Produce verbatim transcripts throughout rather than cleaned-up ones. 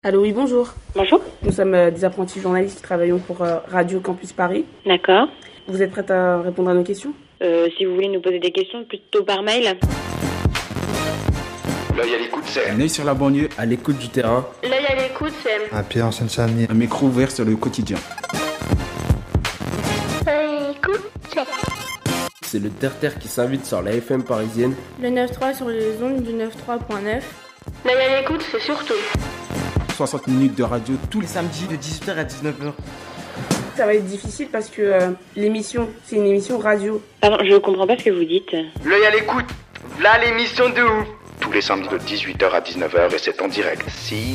Allô, oui, bonjour. Bonjour. Nous sommes euh, des apprentis journalistes qui travaillons pour euh, Radio Campus Paris. D'accord. Vous êtes prête à répondre à nos questions? Euh, si vous voulez nous poser des questions, plutôt par mail. L'œil à l'écoute, c'est Un œil sur la banlieue, à l'écoute du terrain. L'œil à l'écoute, c'est un pied en Seine-Saint-Denis. Un micro ouvert sur le quotidien. L'œil à l'écoute, c'est C'est le terre-terre qui s'invite sur la F M parisienne. Le neuf trois sur les ondes du neuf trois point neuf. L'œil à l'écoute, c'est surtout soixante minutes de radio tous les samedis de dix-huit heures à dix-neuf heures. Ça va être difficile parce que euh, l'émission, c'est une émission radio. Pardon, je comprends pas ce que vous dites. L'œil à l'écoute, là l'émission de ouf. Tous les samedis de dix-huit heures à dix-neuf heures et c'est en direct. Si...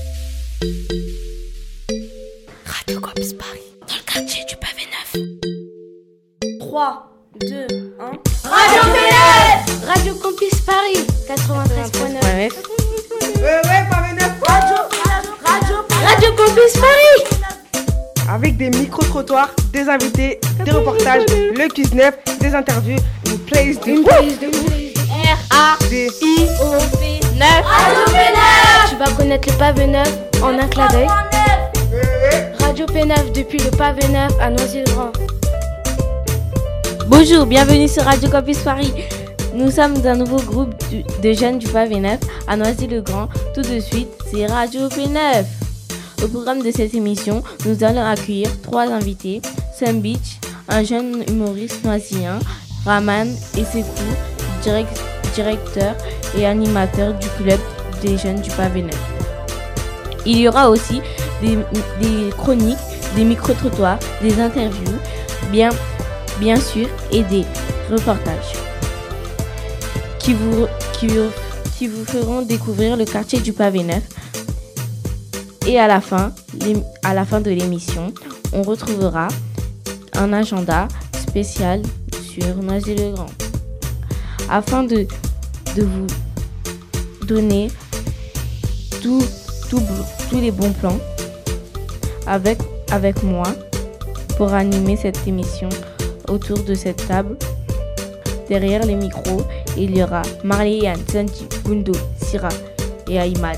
Radio Campus Paris, dans le quartier du Pavé Neuf. trois, deux, un. Radio Campus Radio Campus Paris, quatre-vingt-treize point neuf. Ouais, ouais, Pavé Neuf. Radio, Radio, Radio Campus Paris. Avec des micro-trottoirs, des invités, des reportages, le quiz neuf, des interviews, une playlist de... Une playlist de... R A D I O P neuf. Radio P neuf. Tu vas connaître le Pavé Neuf en un clin d'œil. Radio P neuf depuis le Pavé Neuf à Noisy-le-Grand. Bonjour, bienvenue sur Radio Campus Paris. Nous sommes un nouveau groupe de jeunes du Pavé Neuf à Noisy-le-Grand. Tout de suite, c'est Radio P neuf. Au programme de cette émission, nous allons accueillir trois invités. Sam Beach, un jeune humoriste noisien, Raman et Sekou, direct, directeur et animateur du club des jeunes du Pavé Neuf. Il y aura aussi des, des chroniques, des micro-trottoirs, des interviews, bien, bien sûr, et des reportages qui vous, qui, qui vous feront découvrir le quartier du Pavé Neuf. Et à la fin, à la fin de l'émission, on retrouvera un agenda spécial sur Noisy-le-Grand. Afin de, de vous donner tout, tout, tous les bons plans avec, avec moi pour animer cette émission autour de cette table. Derrière les micros, il y aura Marliane, Santi, Gundo, Sira et Aïmad.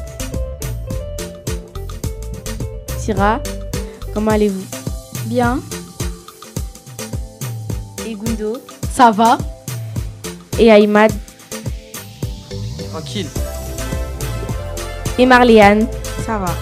Sira, comment allez-vous? Bien. Et Gundo? Ça va. Et Aïmad? Tranquille. Et Marliane? Ça va.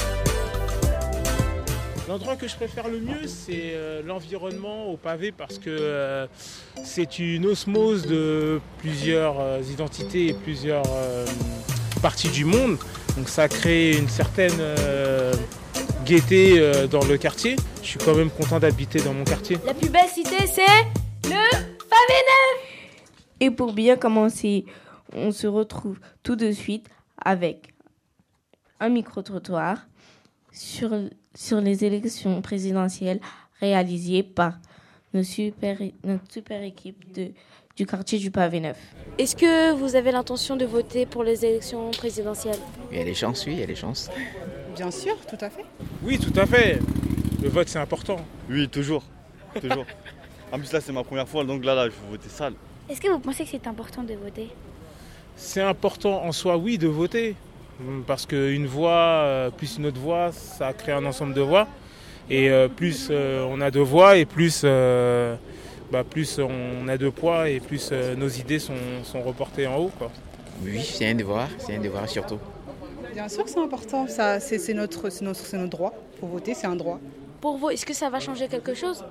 L'endroit que je préfère le mieux, c'est euh, l'environnement au pavé parce que euh, c'est une osmose de plusieurs euh, identités et plusieurs euh, parties du monde. Donc ça crée une certaine euh, gaieté euh, dans le quartier. Je suis quand même content d'habiter dans mon quartier. La plus belle cité, c'est le Pavé Neuf. Et pour bien commencer, on se retrouve tout de suite avec un micro-trottoir sur, sur les élections présidentielles réalisées par nos super, notre super équipe de, du quartier du Pavé Neuf. Est-ce que vous avez l'intention de voter pour les élections présidentielles? Il y a les chances, oui, il y a les chances. Bien sûr, tout à fait. Oui, tout à fait. Le vote, c'est important. Oui, toujours. toujours. En plus, là, c'est ma première fois, donc là, là, je vais voter sale. Est-ce que vous pensez que c'est important de voter? C'est important en soi, oui, de voter. Parce qu'une voix, plus une autre voix, ça crée un ensemble de voix. Et plus on a de voix et plus, euh, bah, plus on a de poids et plus euh, nos idées sont, sont reportées en haut, quoi. Oui, c'est un devoir, c'est un devoir surtout. Bien sûr que c'est important, ça, c'est, c'est, notre, c'est, notre, c'est notre droit. Pour voter, c'est un droit. Pour vous, est-ce que ça va changer quelque chose?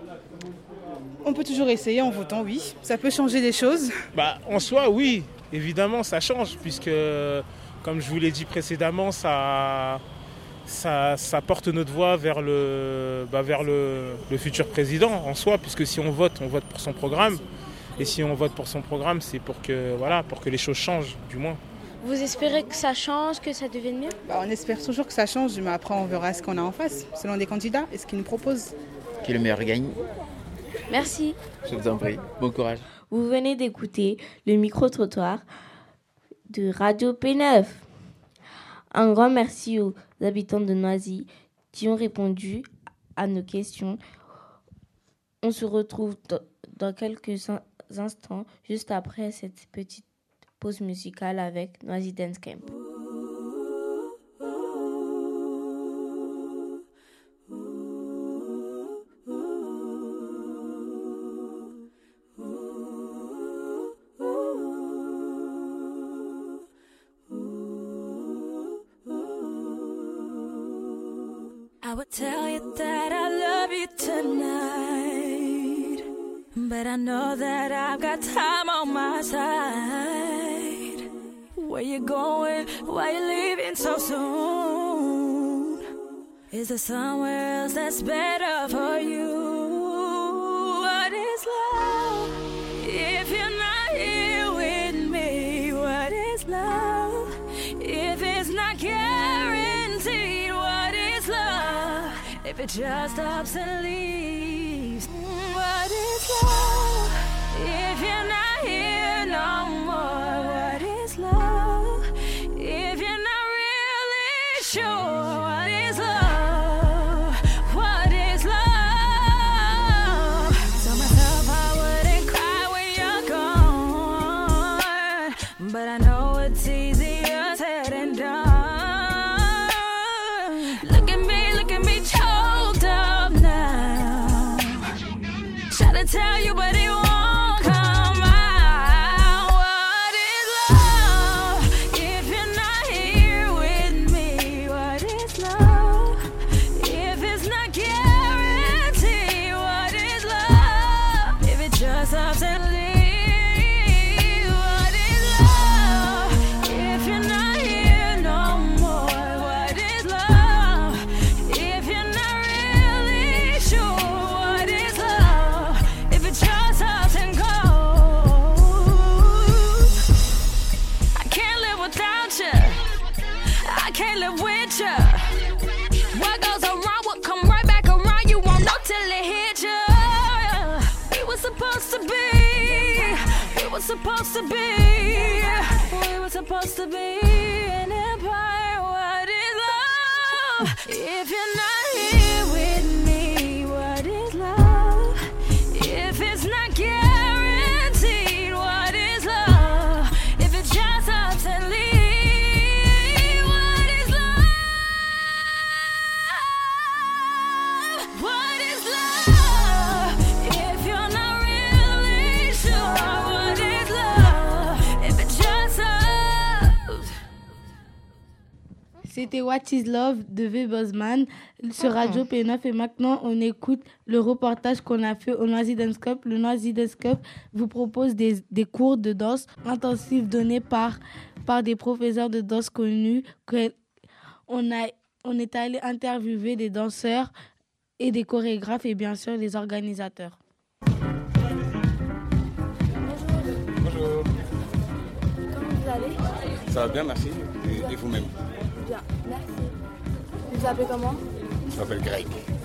On peut toujours essayer en votant, oui. Ça peut changer des choses. Bah, en soi, oui, évidemment, ça change, puisque, comme je vous l'ai dit précédemment, ça, ça, ça porte notre voix vers, le, bah, vers le, le futur président, en soi, puisque si on vote, on vote pour son programme. Et si on vote pour son programme, c'est pour que, voilà, pour que les choses changent, du moins. Vous espérez que ça change, que ça devienne mieux? Bah, on espère toujours que ça change, mais après on verra ce qu'on a en face, selon des candidats et ce qu'ils nous proposent. Que le meilleur gagne. Merci. Je vous en prie. Bon courage. Vous venez d'écouter le micro-trottoir de Radio P neuf. Un grand merci aux habitants de Noisy qui ont répondu à nos questions. On se retrouve dans quelques instants, juste après cette petite pause musicale avec Noisy Dance Camp. I would tell you that I love you tonight, but I know that I've got time on my side. Where you going? Why you leaving so soon? Is there somewhere else that's better for you? What is love if you're not here with me? What is love if it's not guaranteed? What is love if it just stops and leaves? What is love if you're not here no more? What is love if you're not really sure? What is love? What is love? Tell myself I wouldn't cry when you're gone, but I know it's easier said than done. Look at me, look at me choked up now. Try to tell you but it won't come out. What is love if you're not here with me? What is love if it's not guaranteed? What is love if it just stops and leaves? What is love if you're not here no more? What is love if you're not really sure? What is love if it just stops and goes? I can't live without you. I can't live with you. What goes around will come right back around. You won't know till it hit you. We were supposed to be. We were supposed to be. We were supposed to be an empire. What is love if you're not here with me? What is love if it's not guaranteed? What is love if it just stops and leaves? What is love? What is love if you're not really sure? What is love if it just stops? C'était What is Love de V. Bosman sur Radio P neuf et maintenant on écoute le reportage qu'on a fait au Noisy Dance Cup. Le Noisy Dance Cup vous propose des, des cours de danse intensifs donnés par, par des professeurs de danse connus. On, a, on est allé interviewer des danseurs et des chorégraphes et bien sûr les organisateurs. Bonjour. Comment vous allez? Ça va bien, merci. Et, et vous-même? Bien, merci. Vous vous appelez comment? Je m'appelle Greg.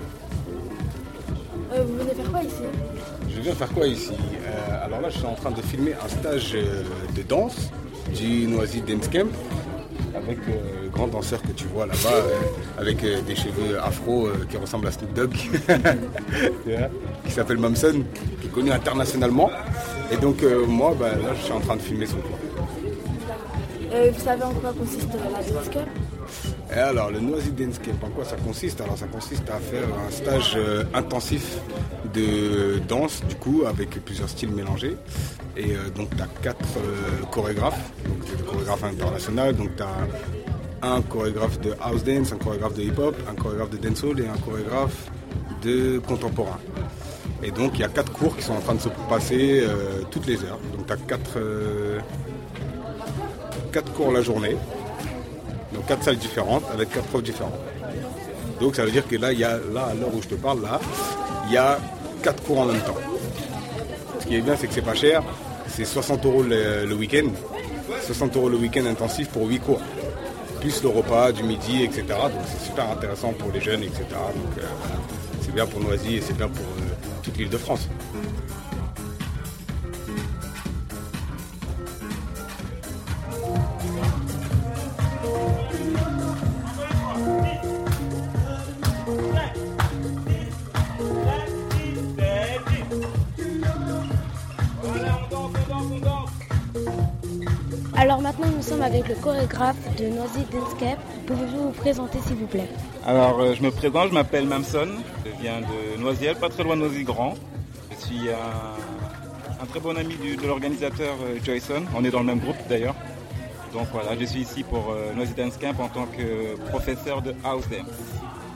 Euh, vous venez faire quoi ici? Je viens faire quoi ici? euh, Alors là, je suis en train de filmer un stage euh, de danse du Noisy Dance Camp avec euh, le grand danseur que tu vois là-bas, euh, avec euh, des cheveux afro euh, qui ressemblent à Snoop Dogg, qui s'appelle Mamson, qui est connu internationalement. Et donc euh, moi, bah, là, je suis en train de filmer son cours. Euh, vous savez en quoi consiste la Dance Camp? Et alors, le Noisy Dance Camp, en quoi ça consiste? Alors, ça consiste à faire un stage euh, intensif de danse, du coup, avec plusieurs styles mélangés. Et euh, donc, tu as quatre euh, chorégraphes, donc des chorégraphes internationaux. Donc, tu as un chorégraphe de house dance, un chorégraphe de hip-hop, un chorégraphe de dancehall et un chorégraphe de contemporain. Et donc, il y a quatre cours qui sont en train de se passer euh, toutes les heures. Donc, tu as quatre, euh, quatre cours la journée. Donc quatre salles différentes avec quatre profs différents. Donc ça veut dire que là, il y a, là à l'heure où je te parle, là, il y a quatre cours en même temps. Ce qui est bien, c'est que c'est pas cher. C'est soixante euros le, le week-end. soixante euros le week-end intensif pour huit cours. Plus le repas du midi, et cetera. Donc c'est super intéressant pour les jeunes, et cetera. Donc euh, c'est bien pour Noisy et c'est bien pour euh, toute l'île de France. Alors maintenant nous sommes avec le chorégraphe de Noisy Dance Camp. Pouvez-vous vous présenter s'il vous plaît? Alors euh, je me présente, je m'appelle Mamson, je viens de Noisiel, pas très loin de Noisy-Grand. Je suis un, un très bon ami du, de l'organisateur euh, Joyson, on est dans le même groupe d'ailleurs. Donc voilà, je suis ici pour euh, Noisy Dance Camp en tant que professeur de house dance.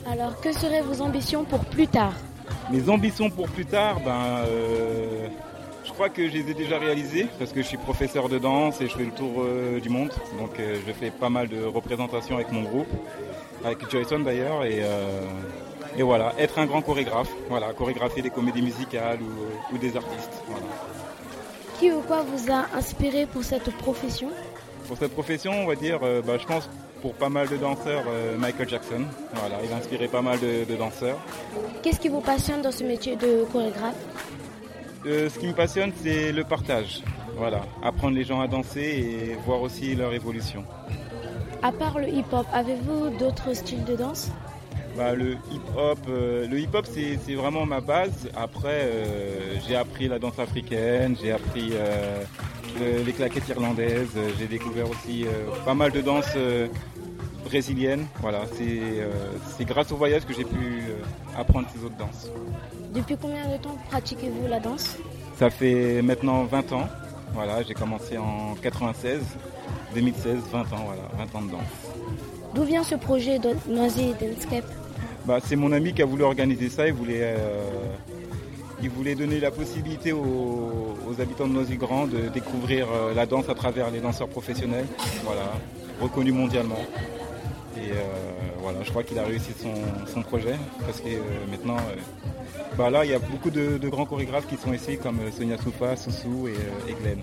Alors, que seraient vos ambitions pour plus tard? Mes ambitions pour plus tard, ben, euh, je crois que je les ai déjà réalisées parce que je suis professeur de danse et je fais le tour euh, du monde. Donc euh, je fais pas mal de représentations avec mon groupe, avec Joyson d'ailleurs. Et, euh, et voilà, être un grand chorégraphe, voilà, chorégraphier des comédies musicales ou, ou des artistes. Voilà. Qui ou quoi vous a inspiré pour cette profession? Pour cette profession, on va dire, euh, bah, je pense pour pas mal de danseurs, euh, Michael Jackson. Voilà, il a inspiré pas mal de, de danseurs. Qu'est-ce qui vous passionne dans ce métier de chorégraphe? euh, Ce qui me passionne, c'est le partage. Voilà, apprendre les gens à danser et voir aussi leur évolution. À part le hip-hop, avez-vous d'autres styles de danse? Bah, le hip-hop, euh, le hip-hop c'est, c'est vraiment ma base. Après, euh, j'ai appris la danse africaine, j'ai appris euh, le, les claquettes irlandaises, j'ai découvert aussi euh, pas mal de danses euh, brésiliennes. Voilà, c'est, euh, c'est grâce au voyage que j'ai pu euh, apprendre ces autres danses. Depuis combien de temps pratiquez-vous la danse? Ça fait maintenant vingt ans. Voilà, j'ai commencé en quatre-vingt-seize, deux mille seize, vingt ans, voilà, vingt ans de danse. D'où vient ce projet de Noisy Dancecap? Bah, c'est mon ami qui a voulu organiser ça. Il voulait, euh, il voulait donner la possibilité aux, aux habitants de Noisy-Grand de découvrir euh, la danse à travers les danseurs professionnels, voilà, reconnus mondialement. Et euh, voilà, je crois qu'il a réussi son, son projet parce que euh, maintenant, euh, bah là, il y a beaucoup de, de grands chorégraphes qui sont ici, comme Sonia Soufa, Soussou et, euh, et Glenn.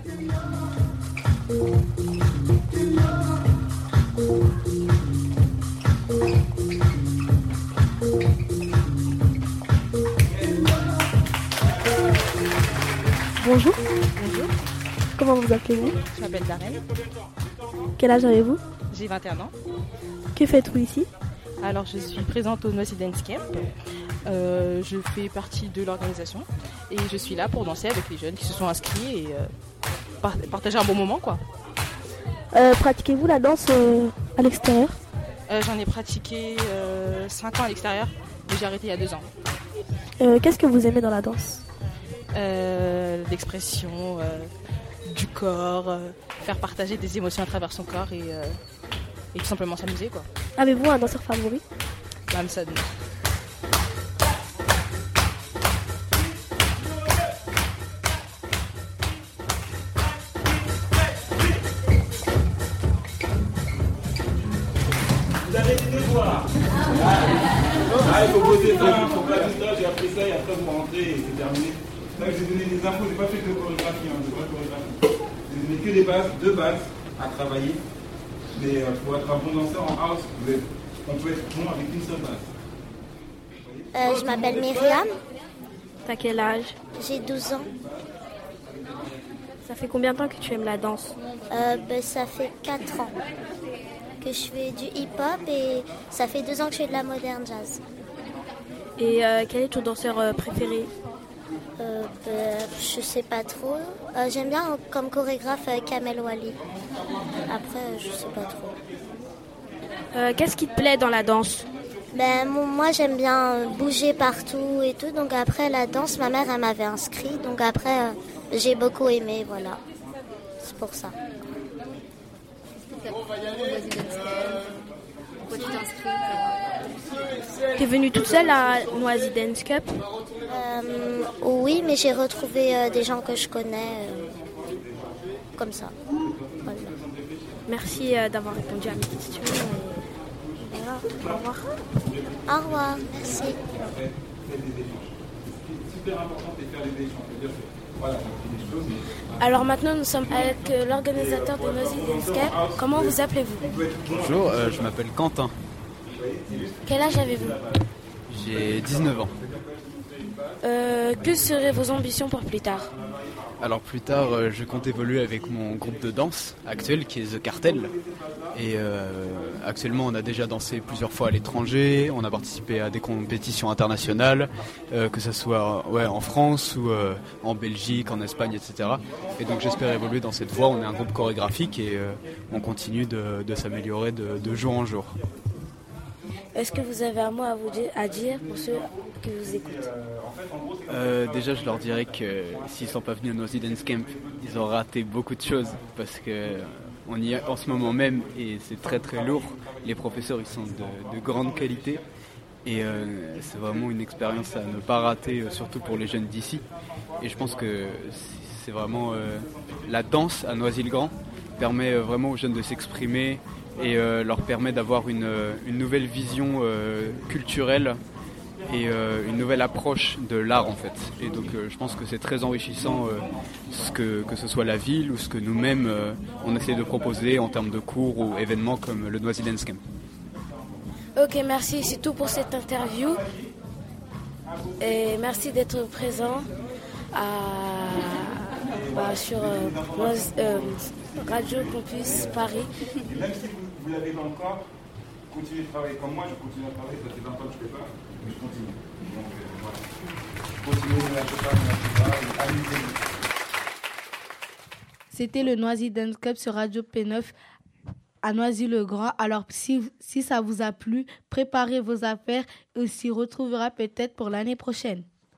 Bonjour. Bonjour. Comment vous appelez-vous? Je m'appelle Darren. Quel âge avez-vous? J'ai vingt et un ans. Que faites-vous ici? Alors je suis présente au Noisy Dancecap. Euh, je fais partie de l'organisation et je suis là pour danser avec les jeunes qui se sont inscrits et euh, par- partager un bon moment quoi. Euh, pratiquez-vous la danse euh, à l'extérieur? Euh, j'en ai pratiqué euh, cinq ans à l'extérieur, mais j'ai arrêté il y a deux ans. Euh, qu'est-ce que vous aimez dans la danse? Euh, l'expression euh, du corps, euh, faire partager des émotions à travers son corps et, euh, et tout simplement s'amuser quoi. Avez-vous un danseur favori? Mamson. Vous avez des devoirs. Ah, il faut poser ça, il faut pas tout ça, j'ai appris ça et après vous rentrez et c'est terminé. Là, j'ai donné des infos, j'ai pas fait de chorégraphie, hein, de vraie chorégraphie. J'ai donné que des bases, deux bases à travailler. Mais euh, pour être un bon danseur en house, vous êtes, on peut être bon avec une seule base. Euh, je m'appelle Myriam. T'as quel âge? J'ai douze ans. Ça fait combien de temps que tu aimes la danse? Euh, ben, ça fait quatre ans que je fais du hip-hop et ça fait deux ans que je fais de la moderne jazz. Et euh, quel est ton danseur euh, préféré? euh, ben, Je sais pas trop. Euh, j'aime bien comme chorégraphe euh, Kamel Wally. Après, euh, je sais pas trop. Euh, qu'est-ce qui te plaît dans la danse? Ben, moi j'aime bien bouger partout et tout, donc après la danse, ma mère elle m'avait inscrit, donc après euh, j'ai beaucoup aimé, voilà, c'est pour ça. T'es venue toute seule à Noisy Dancecap? euh, Oui, mais j'ai retrouvé euh, des gens que je connais, euh, comme ça. Voilà. Merci euh, d'avoir répondu à mes questions. Et... Voilà. Au revoir. Au revoir, merci. Alors maintenant nous sommes avec euh, l'organisateur de Noisy Dancecap. Comment vous appelez-vous? Bonjour, euh, je m'appelle Quentin. Quel âge avez-vous? J'ai dix-neuf ans. Euh, que seraient vos ambitions pour plus tard? Alors plus tard, euh, je compte évoluer avec mon groupe de danse actuel qui est The Cartel. Et euh, actuellement, on a déjà dansé plusieurs fois à l'étranger, on a participé à des compétitions internationales, euh, que ce soit ouais, en France ou euh, en Belgique, en Espagne, et cetera. Et donc j'espère évoluer dans cette voie. On est un groupe chorégraphique et euh, on continue de, de s'améliorer de, de jour en jour. Est-ce que vous avez un mot à, vous dire, à dire pour ceux qui vous écoutent? euh, Déjà, je leur dirais que s'ils ne sont pas venus à Noisy Dancecap, ils ont raté beaucoup de choses parce que on y est en ce moment même et c'est très très lourd. Les professeurs ils sont de, de grande qualité Et euh, c'est vraiment une expérience à ne pas rater, euh, surtout pour les jeunes d'ici. Et je pense que c'est vraiment euh, la danse à Noisy-le-Grand permet euh, vraiment aux jeunes de s'exprimer et euh, leur permet d'avoir une, une nouvelle vision euh, culturelle et euh, une nouvelle approche de l'art en fait. Et donc euh, je pense que c'est très enrichissant euh, ce que, que ce soit la ville ou ce que nous-mêmes euh, on essaie de proposer en termes de cours ou événements comme le Noisy Dance Camp. Ok, merci, c'est tout pour cette interview. Et merci d'être présent à, bah, sur euh, euh, Radio Campus Paris. Même si vous, vous l'avez dans le corps, continuez de travailler comme moi, je continue à travailler, ça fait vingt ans que je fais pas, mais je continue. Donc euh, voilà. Continuez, ne lâchez pas, ne lâchez pas, et amusez-vous. C'était le Noisy Dance Club sur Radio P neuf à Noisy-le-Grand. Alors, si, si ça vous a plu, préparez vos affaires et on s'y retrouvera peut-être pour l'année prochaine.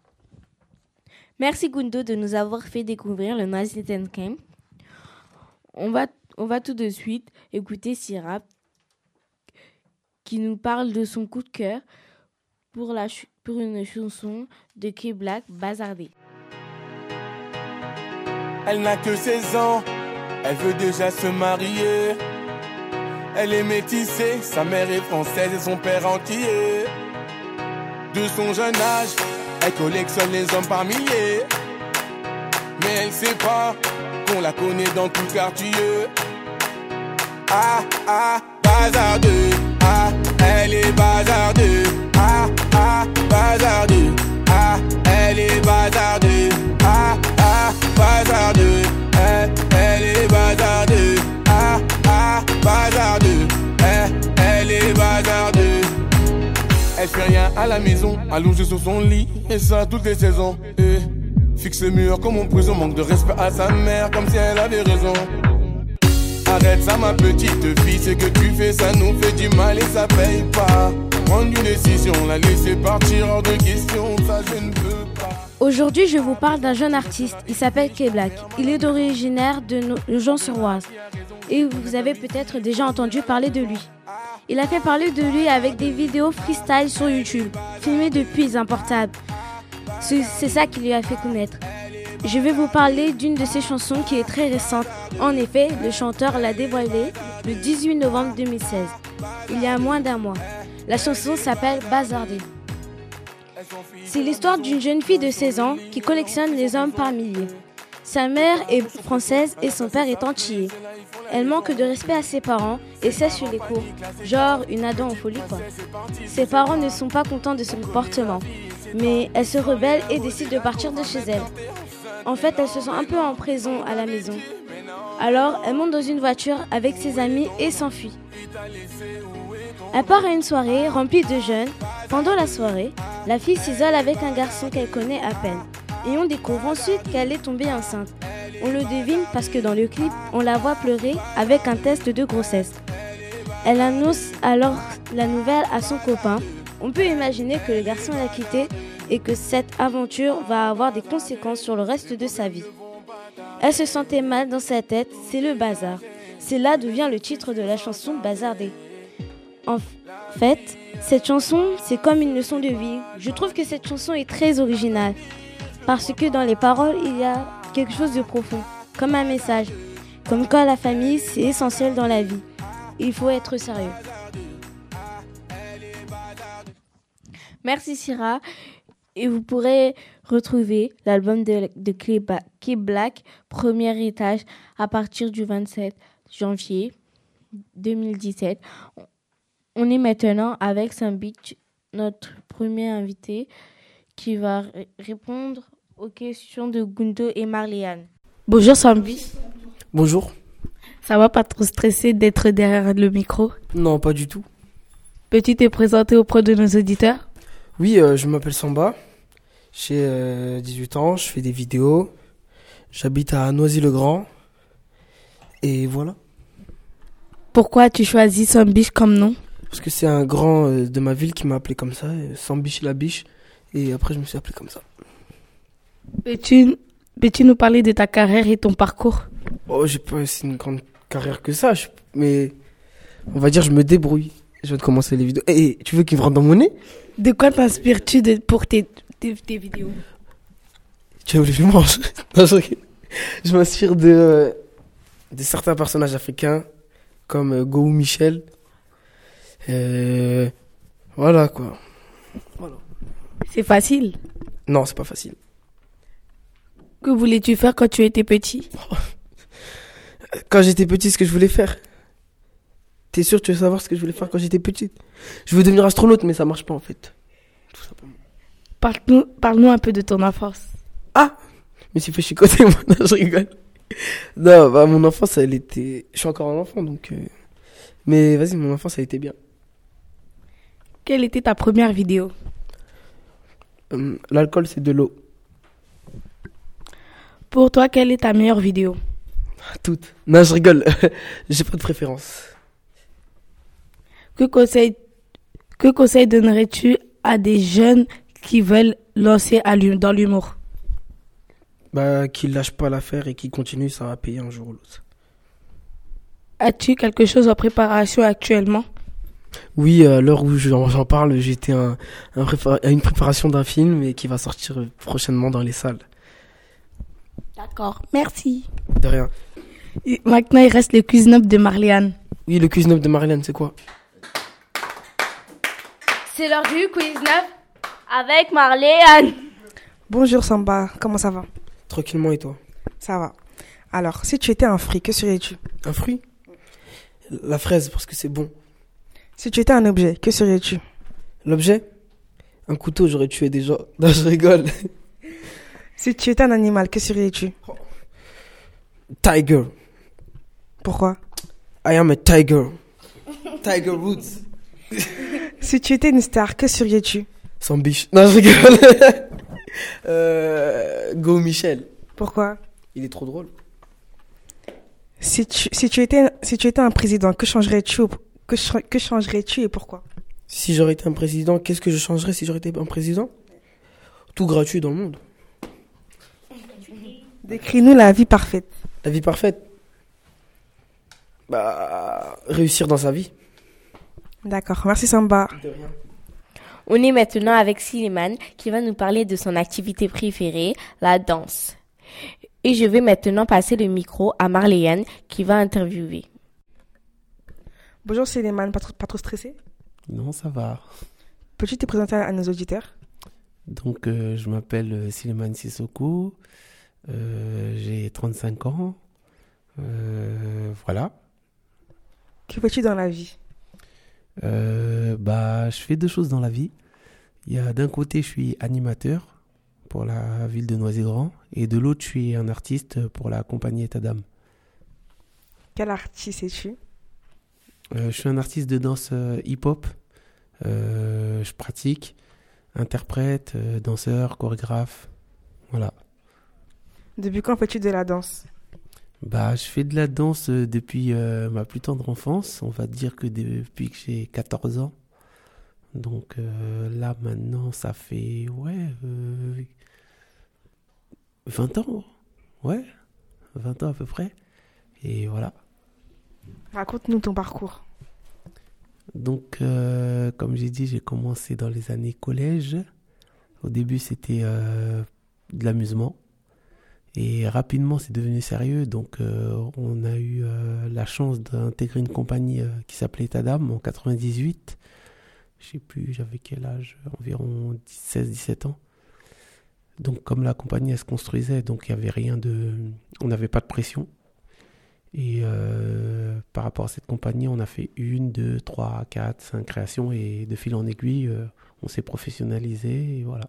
Merci Gundo de nous avoir fait découvrir le Noisy Dance Camp. On va, on va tout de suite écouter Syrah qui nous parle de son coup de cœur pour, la, pour une chanson de K-Black, Bazardé. Elle n'a que seize ans, elle veut déjà se marier. Elle est métissée, sa mère est française et son père antillais. De son jeune âge, elle collectionne les hommes par milliers. Mais elle sait pas qu'on la connaît dans tout le quartier. Ah, ah, bazardeux. Ah, elle est bazardeux. Ah, ah, bazardeux. Ah, elle est bazardeux. Ah, ah, bazardeux. Elle, elle est bazardeux. Ah, ah, bazardeux. Elle, elle est bazardeux. Elle fait rien à la maison, allongée sur son lit, et ça toutes les saisons. Et fixe le mur comme en prison, manque de respect à sa mère, comme si elle avait raison. Arrête ça ma petite fille, c'est que tu fais, ça nous fait du mal et ça paye pas. Prendre une décision, la laisser partir hors de question, ça je ne peux pas. Aujourd'hui, je vous parle d'un jeune artiste, il s'appelle K-Black. Il est originaire de Nogent-sur-Oise et vous avez peut-être déjà entendu parler de lui. Il a fait parler de lui avec des vidéos freestyle sur YouTube, filmées depuis un portable. C'est ça qui lui a fait connaître. Je vais vous parler d'une de ses chansons qui est très récente. En effet, le chanteur l'a dévoilée le dix-huit novembre deux mille seize, il y a moins d'un mois. La chanson s'appelle Bazardé. C'est l'histoire d'une jeune fille de seize ans qui collectionne les hommes par milliers. Sa mère est française et son père est antillais. Elle manque de respect à ses parents et sèche les cours. Genre une ado en folie quoi. Ses parents ne sont pas contents de son comportement. Mais elle se rebelle et décide de partir de chez elle. En fait, elle se sent un peu en prison à la maison. Alors, elle monte dans une voiture avec ses amis et s'enfuit. Elle part à une soirée remplie de jeunes. Pendant la soirée, la fille s'isole avec un garçon qu'elle connaît à peine. Et on découvre ensuite qu'elle est tombée enceinte. On le devine parce que dans le clip, on la voit pleurer avec un test de grossesse. Elle annonce alors la nouvelle à son copain. On peut imaginer que le garçon l'a quittée et que cette aventure va avoir des conséquences sur le reste de sa vie. Elle se sentait mal dans sa tête, c'est le bazar. C'est là d'où vient le titre de la chanson Bazardé. En fait, cette chanson, c'est comme une leçon de vie. Je trouve que cette chanson est très originale. Parce que dans les paroles, il y a quelque chose de profond, comme un message. Comme quoi la famille, c'est essentiel dans la vie. Il faut être sérieux. Merci Syrah. Et vous pourrez retrouver l'album de, de K-Black, Premier Étage, à partir du vingt-sept janvier deux mille dix-sept. On est maintenant avec Sam Beach, notre premier invité, qui va r- répondre aux questions de Gundo et Marliane. Bonjour Sambi. Bonjour. Ça va, pas trop stressé d'être derrière le micro? Non, pas du tout. Peux-tu te présenter auprès de nos auditeurs? Oui, euh, je m'appelle Samba. J'ai euh, dix-huit ans, je fais des vidéos. J'habite à Noisy-le-Grand. Et voilà. Pourquoi as-tu choisi Sambiche comme nom? Parce que c'est un grand euh, de ma ville qui m'a appelé comme ça, Sambiche la biche. Et après, je me suis appelé comme ça. Peux-tu, peux-tu nous parler de ta carrière et ton parcours? Oh, j'ai pas aussi une grande carrière que ça, je, mais on va dire je me débrouille. Je viens de commencer les vidéos. Et tu veux qu'il me rentre dans mon nez? De quoi t'inspires-tu de, pour tes, tes, tes vidéos? Tu as voulu que je mange? Non, je, je m'inspire de, euh, de certains personnages africains, comme euh, Go Michel. Euh, voilà, quoi. Voilà. C'est facile. Non, c'est pas facile. Que voulais-tu faire quand tu étais petit? Quand j'étais petit, ce que je voulais faire. T'es sûr que tu veux savoir ce que je voulais faire quand j'étais petite? Je veux devenir astronaute, mais ça marche pas en fait. Tout simplement. Parle-nous, parle-nous un peu de ton enfance. Ah! Mais s'il faut chicoter, moi, non, je rigole. Non, bah, mon enfance, elle était... Je suis encore un enfant, donc... Euh... Mais vas-y, mon enfance, elle était bien. Quelle était ta première vidéo? Hum, l'alcool, c'est de l'eau. Pour toi, quelle est ta meilleure vidéo? Toutes. Non, je rigole. J'ai pas de préférence. Que conseil, que conseil donnerais-tu à des jeunes qui veulent lancer à l'hum- dans l'humour? Bah, qu'ils lâchent pas l'affaire et qu'ils continuent, ça va payer un jour ou l'autre. As-tu quelque chose en préparation actuellement? Oui, à l'heure où j'en, j'en parle, j'étais un, un prépa- à une préparation d'un film et qui va sortir prochainement dans les salles. D'accord, merci. De rien. Et maintenant, il reste le quiz nob de Marléane. Oui, le quiz nob de Marléane, c'est quoi? C'est l'heure du quiz neuf avec Marléane. Bonjour Samba, comment ça va? Tranquillement, et toi? Ça va. Alors, si tu étais un fruit, que serais-tu? Un fruit? La fraise, parce que c'est bon. Si tu étais un objet, que serais-tu? L'objet? Un couteau, j'aurais tué des gens. Non, je rigole. Si tu étais un animal, que serais-tu? Tiger. Pourquoi? I am a tiger. Tiger Woods. Si tu étais une star, que serais-tu? Sans biche. Non, je rigole. euh, Go Michel. Pourquoi? Il est trop drôle. Si tu, si tu étais, si tu étais un président, que changerais-tu, au- que, ch- que changerais-tu et pourquoi? Si j'aurais été un président, qu'est-ce que je changerais si j'aurais été un président? Tout gratuit dans le monde. Décris-nous la vie parfaite. La vie parfaite? Bah, réussir dans sa vie. D'accord, merci Samba. De rien. On est maintenant avec Siliman qui va nous parler de son activité préférée, la danse. Et je vais maintenant passer le micro à Marléane qui va interviewer. Bonjour Céléman, pas trop, pas trop stressé? Non, ça va. Peux-tu te présenter à nos auditeurs? Donc, euh, je m'appelle euh, Siliman Sissoko. Euh, j'ai trente-cinq ans. Euh, voilà. Que fais-tu dans la vie? Euh, bah, je fais deux choses dans la vie. Il y a d'un côté, je suis animateur pour la ville de Noisy-Grand et de l'autre, je suis un artiste pour la compagnie État d'âme. Quel artiste es-tu? Euh, je suis un artiste de danse euh, hip-hop. Euh, je pratique, interprète, euh, danseur, chorégraphe. Voilà. Depuis quand fais-tu de la danse? Bah, je fais de la danse euh, depuis euh, ma plus tendre enfance. On va dire que depuis que j'ai quatorze ans. Donc euh, là, maintenant, ça fait ouais, euh, vingt ans. Ouais, vingt ans à peu près. Et voilà. Raconte-nous ton parcours. Donc, euh, comme j'ai dit, j'ai commencé dans les années collège. Au début, c'était euh, de l'amusement. Et rapidement, c'est devenu sérieux. Donc, euh, on a eu euh, la chance d'intégrer une compagnie euh, qui s'appelait État d'âme en quatre-vingt-dix-huit. Je sais plus, j'avais quel âge? Environ seize dix-sept ans. Donc, comme la compagnie, elle se construisait, donc il n'y avait rien de... On n'avait pas de pression. Et euh, par rapport à cette compagnie, on a fait une, deux, trois, quatre, cinq créations. Et de fil en aiguille, euh, on s'est professionnalisé et voilà.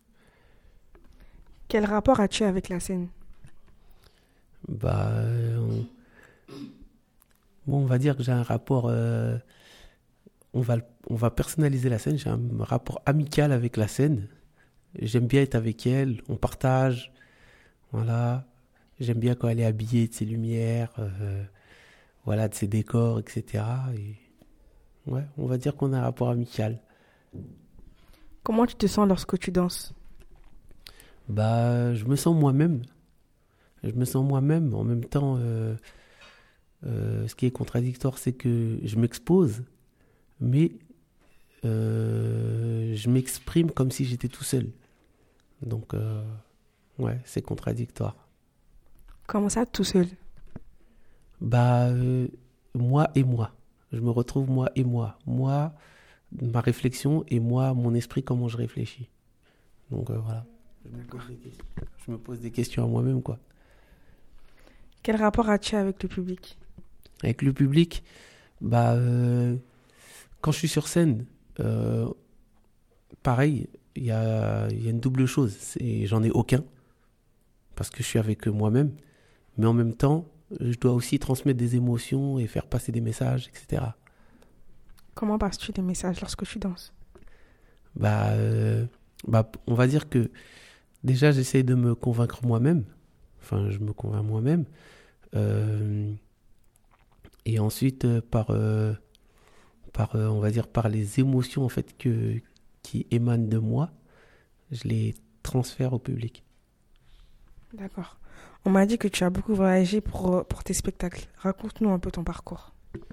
Quel rapport as-tu avec la scène? Bah, euh, on... Bon, on va dire que j'ai un rapport... Euh... On, va, on va personnaliser la scène. J'ai un rapport amical avec la scène. J'aime bien être avec elle. On partage. Voilà. J'aime bien quand elle est habillée de ses lumières, euh, voilà, de ses décors, et cetera. Et ouais, on va dire qu'on a un rapport amical. Comment tu te sens lorsque tu danses? Bah, je me sens moi-même. Je me sens moi-même. En même temps, euh, euh, ce qui est contradictoire, c'est que je m'expose, mais euh, je m'exprime comme si j'étais tout seul. Donc, euh, ouais, c'est contradictoire. Comment ça, tout seul? Bah, euh, moi et moi. Je me retrouve moi et moi. Moi, ma réflexion et moi, mon esprit, comment je réfléchis. Donc, euh, voilà. Je me, pose des questions. je me pose des questions à moi-même, quoi. Quel rapport as-tu avec le public? Avec le public, bah, euh, quand je suis sur scène, euh, pareil, il y a, y a une double chose. C'est, j'en ai aucun, parce que je suis avec moi-même. Mais en même temps, je dois aussi transmettre des émotions et faire passer des messages, et cetera. Comment passes-tu des messages lorsque tu danses? Bah, euh, bah, on va dire que déjà, j'essaie de me convaincre moi-même. Enfin, je me convainc moi-même. Euh, et ensuite, euh, par, euh, par euh, on va dire, par les émotions en fait que qui émanent de moi, je les transfère au public. D'accord. On m'a dit que tu as beaucoup voyagé pour, pour tes spectacles. Raconte-nous un peu ton parcours.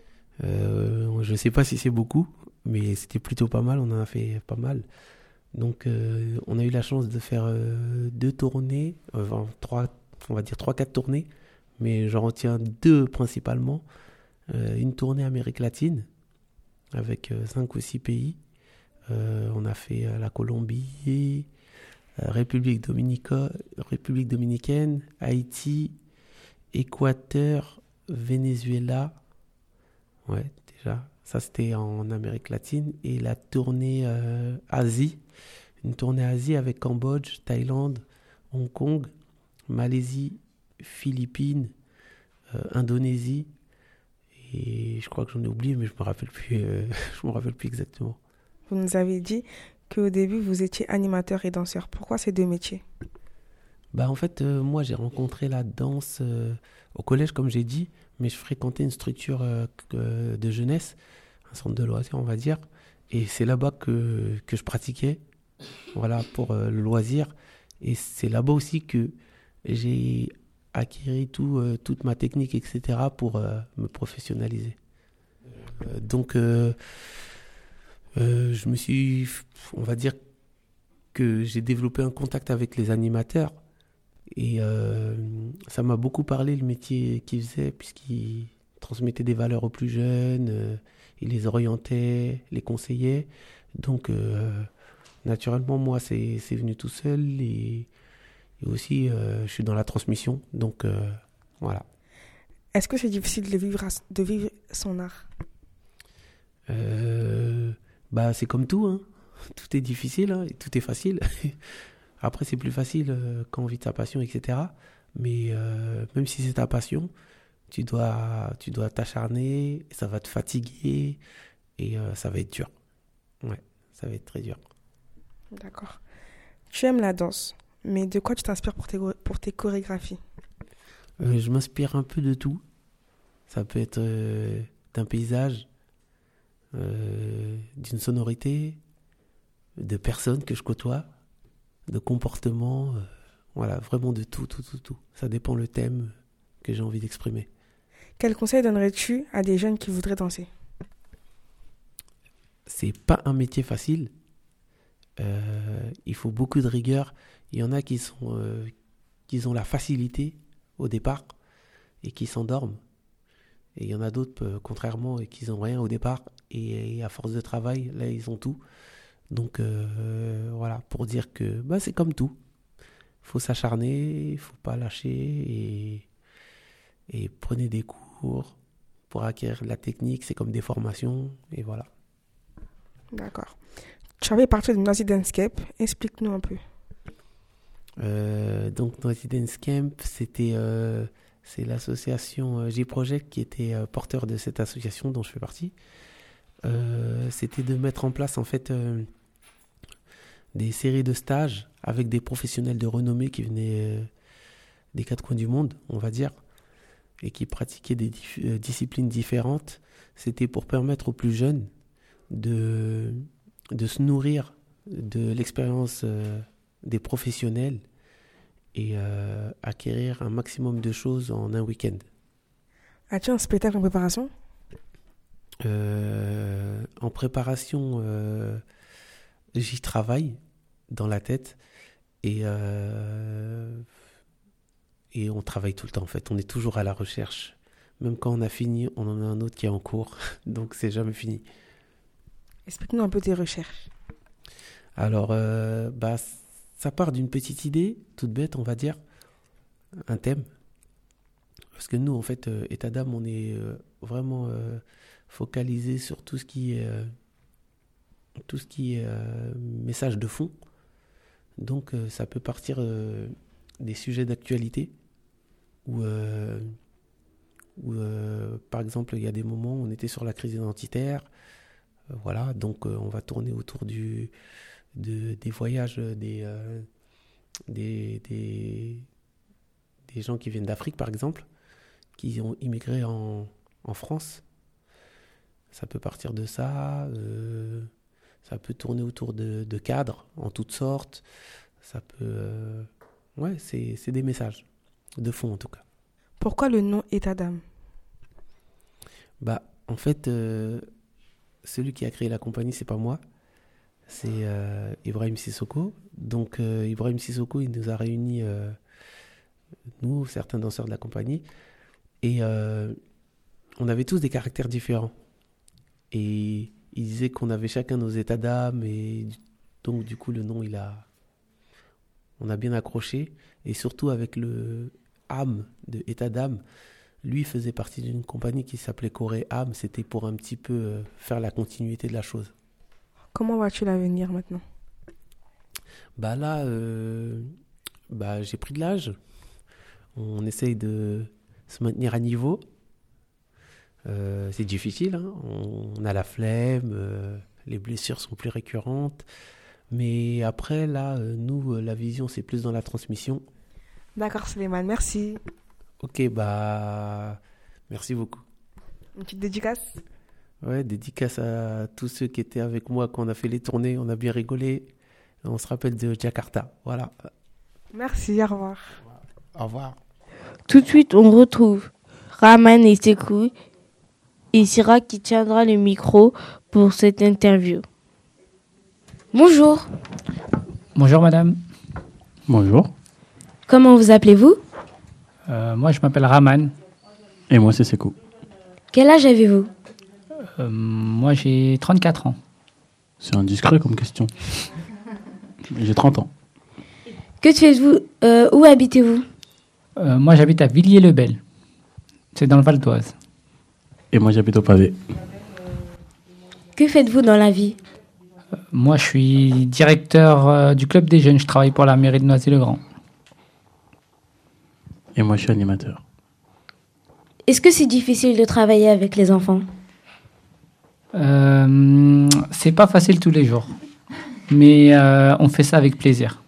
Euh, je ne sais pas si c'est beaucoup, mais c'était plutôt pas mal. On en a fait pas mal. Donc, euh, on a eu la chance de faire euh, deux tournées, euh, enfin, trois, on va dire trois, quatre tournées, mais j'en retiens deux principalement. Euh, une tournée Amérique latine avec euh, cinq ou six pays. Euh, on a fait euh, la Colombie, euh, République Dominica, République dominicaine, Haïti, Équateur, Venezuela. Ouais, déjà, ça c'était en Amérique latine. Et la tournée euh, Asie, une tournée Asie avec Cambodge, Thaïlande, Hong Kong, Malaisie, Philippines, euh, Indonésie. Et je crois que j'en ai oublié, mais je me rappelle plus. Euh, je me rappelle plus exactement. Vous nous avez dit qu'au début vous étiez animateur et danseur. Pourquoi ces deux métiers? Bah en fait, euh, moi j'ai rencontré la danse euh, au collège, comme j'ai dit, mais je fréquentais une structure euh, euh, de jeunesse, un centre de loisirs, on va dire, et c'est là-bas que que je pratiquais, voilà, pour euh, le loisir, et c'est là-bas aussi que j'ai acquis tout, euh, toute ma technique, et cetera, pour euh, me professionnaliser. Euh, donc, euh, euh, je me suis, on va dire que j'ai développé un contact avec les animateurs, et euh, ça m'a beaucoup parlé le métier qu'ils faisaient, puisqu'ils transmettaient des valeurs aux plus jeunes, euh, ils les orientaient, les conseillaient. Donc, euh, naturellement, moi, c'est, c'est venu tout seul, et, et aussi, euh, je suis dans la transmission, donc euh, voilà. Est-ce que c'est difficile de vivre, de vivre son art? euh, bah, c'est comme tout, hein. Tout est difficile, hein, et tout est facile. Après, c'est plus facile euh, quand on vit ta passion, et cetera. Mais euh, même si c'est ta passion, tu dois, tu dois t'acharner, ça va te fatiguer, et euh, ça va être dur. Ouais, ça va être très dur. D'accord. Tu aimes la danse, mais de quoi tu t'inspires pour tes, pour tes chorégraphies? euh, Je m'inspire un peu de tout. Ça peut être euh, d'un paysage, euh, d'une sonorité, de personnes que je côtoie, de comportements, euh, voilà, vraiment de tout, tout, tout, tout. Ça dépend le thème que j'ai envie d'exprimer. Quel conseil donnerais-tu à des jeunes qui voudraient danser? C'est pas un métier facile. Euh, il faut beaucoup de rigueur. Il y en a qui sont, euh, qui ont la facilité au départ et qui s'endorment. Et il y en a d'autres, euh, contrairement, et qui n'ont rien au départ. Et, et à force de travail, là, ils ont tout. Donc euh, voilà, pour dire que bah, c'est comme tout. Il faut s'acharner, il ne faut pas lâcher et, et prenez des cours pour acquérir de la technique. C'est comme des formations et voilà. D'accord. Tu avais parlé de Noisy Dance Camp. Explique-nous un peu. Euh, donc Noisy Dance Camp, c'était euh, c'est l'association euh, J-Project qui était euh, porteur de cette association dont je fais partie. Euh, c'était de mettre en place en fait euh, des séries de stages avec des professionnels de renommée qui venaient euh, des quatre coins du monde, on va dire, et qui pratiquaient des dif- euh, disciplines différentes. C'était pour permettre aux plus jeunes de, de se nourrir de l'expérience euh, des professionnels et euh, acquérir un maximum de choses en un week-end. As-tu un spectacle en préparation? Euh, en préparation, euh, j'y travaille dans la tête et, euh, et on travaille tout le temps en fait. On est toujours à la recherche. Même quand on a fini, on en a un autre qui est en cours. Donc c'est jamais fini. Explique-nous un peu tes recherches. Alors, euh, bah, ça part d'une petite idée, toute bête, on va dire, un thème. Parce que nous, en fait, euh, état d'âme, on est euh, vraiment euh, focalisé sur tout ce qui est, euh, tout ce qui est euh, message de fond. Donc, euh, ça peut partir euh, des sujets d'actualité où, euh, où euh, par exemple, il y a des moments où on était sur la crise identitaire. Euh, voilà, donc euh, on va tourner autour du, de, des voyages des, euh, des, des, des gens qui viennent d'Afrique, par exemple, qui ont immigré en, en France. Ça peut partir de ça. Euh, ça peut tourner autour de, de cadres en toutes sortes. Ça peut... Euh, ouais, c'est, c'est des messages, de fond en tout cas. Pourquoi le nom état d'âme? Bah, en fait, euh, celui qui a créé la compagnie, c'est pas moi. C'est euh, Ibrahim Sissoko. Donc, euh, Ibrahim Sissoko, il nous a réunis, euh, nous, certains danseurs de la compagnie. Et euh, on avait tous des caractères différents. Et il disait qu'on avait chacun nos états d'âme. Et donc, du coup, le nom, il a... on a bien accroché. Et surtout, avec le âme de état d'âme, lui faisait partie d'une compagnie qui s'appelait Corée Âme. C'était pour un petit peu euh, faire la continuité de la chose. Comment vois-tu l'avenir maintenant? Bah là, euh, bah, j'ai pris de l'âge. On essaye de se maintenir à niveau. Euh, c'est difficile, hein. On a la flemme, euh, les blessures sont plus récurrentes. Mais après, là, euh, nous, euh, la vision, c'est plus dans la transmission. D'accord, Suleiman, merci. Ok, bah, merci beaucoup. Une petite dédicace? Ouais, dédicace à tous ceux qui étaient avec moi quand on a fait les tournées. On a bien rigolé. On se rappelle de Jakarta. Voilà. Merci, au revoir. Au revoir. Tout de suite, on retrouve Raman et Sekou et Syrah qui tiendra le micro pour cette interview. Bonjour. Bonjour madame. Bonjour. Comment vous appelez-vous? Euh, moi je m'appelle Raman. Et moi c'est Sekou. Quel âge avez-vous? euh, Moi j'ai trente-quatre ans. C'est indiscret comme question. J'ai trente ans. Que faites-vous? euh, Où habitez-vous? euh, Moi j'habite à Villiers-le-Bel. C'est dans le Val d'Oise. Et moi j'habite au Pavé. Que faites-vous dans la vie? euh, Moi je suis directeur euh, du club des jeunes. Je travaille pour la mairie de Noisy-le-Grand. Et moi je suis animateur. Est-ce que c'est difficile de travailler avec les enfants? euh, C'est pas facile tous les jours. Mais euh, on fait ça avec plaisir.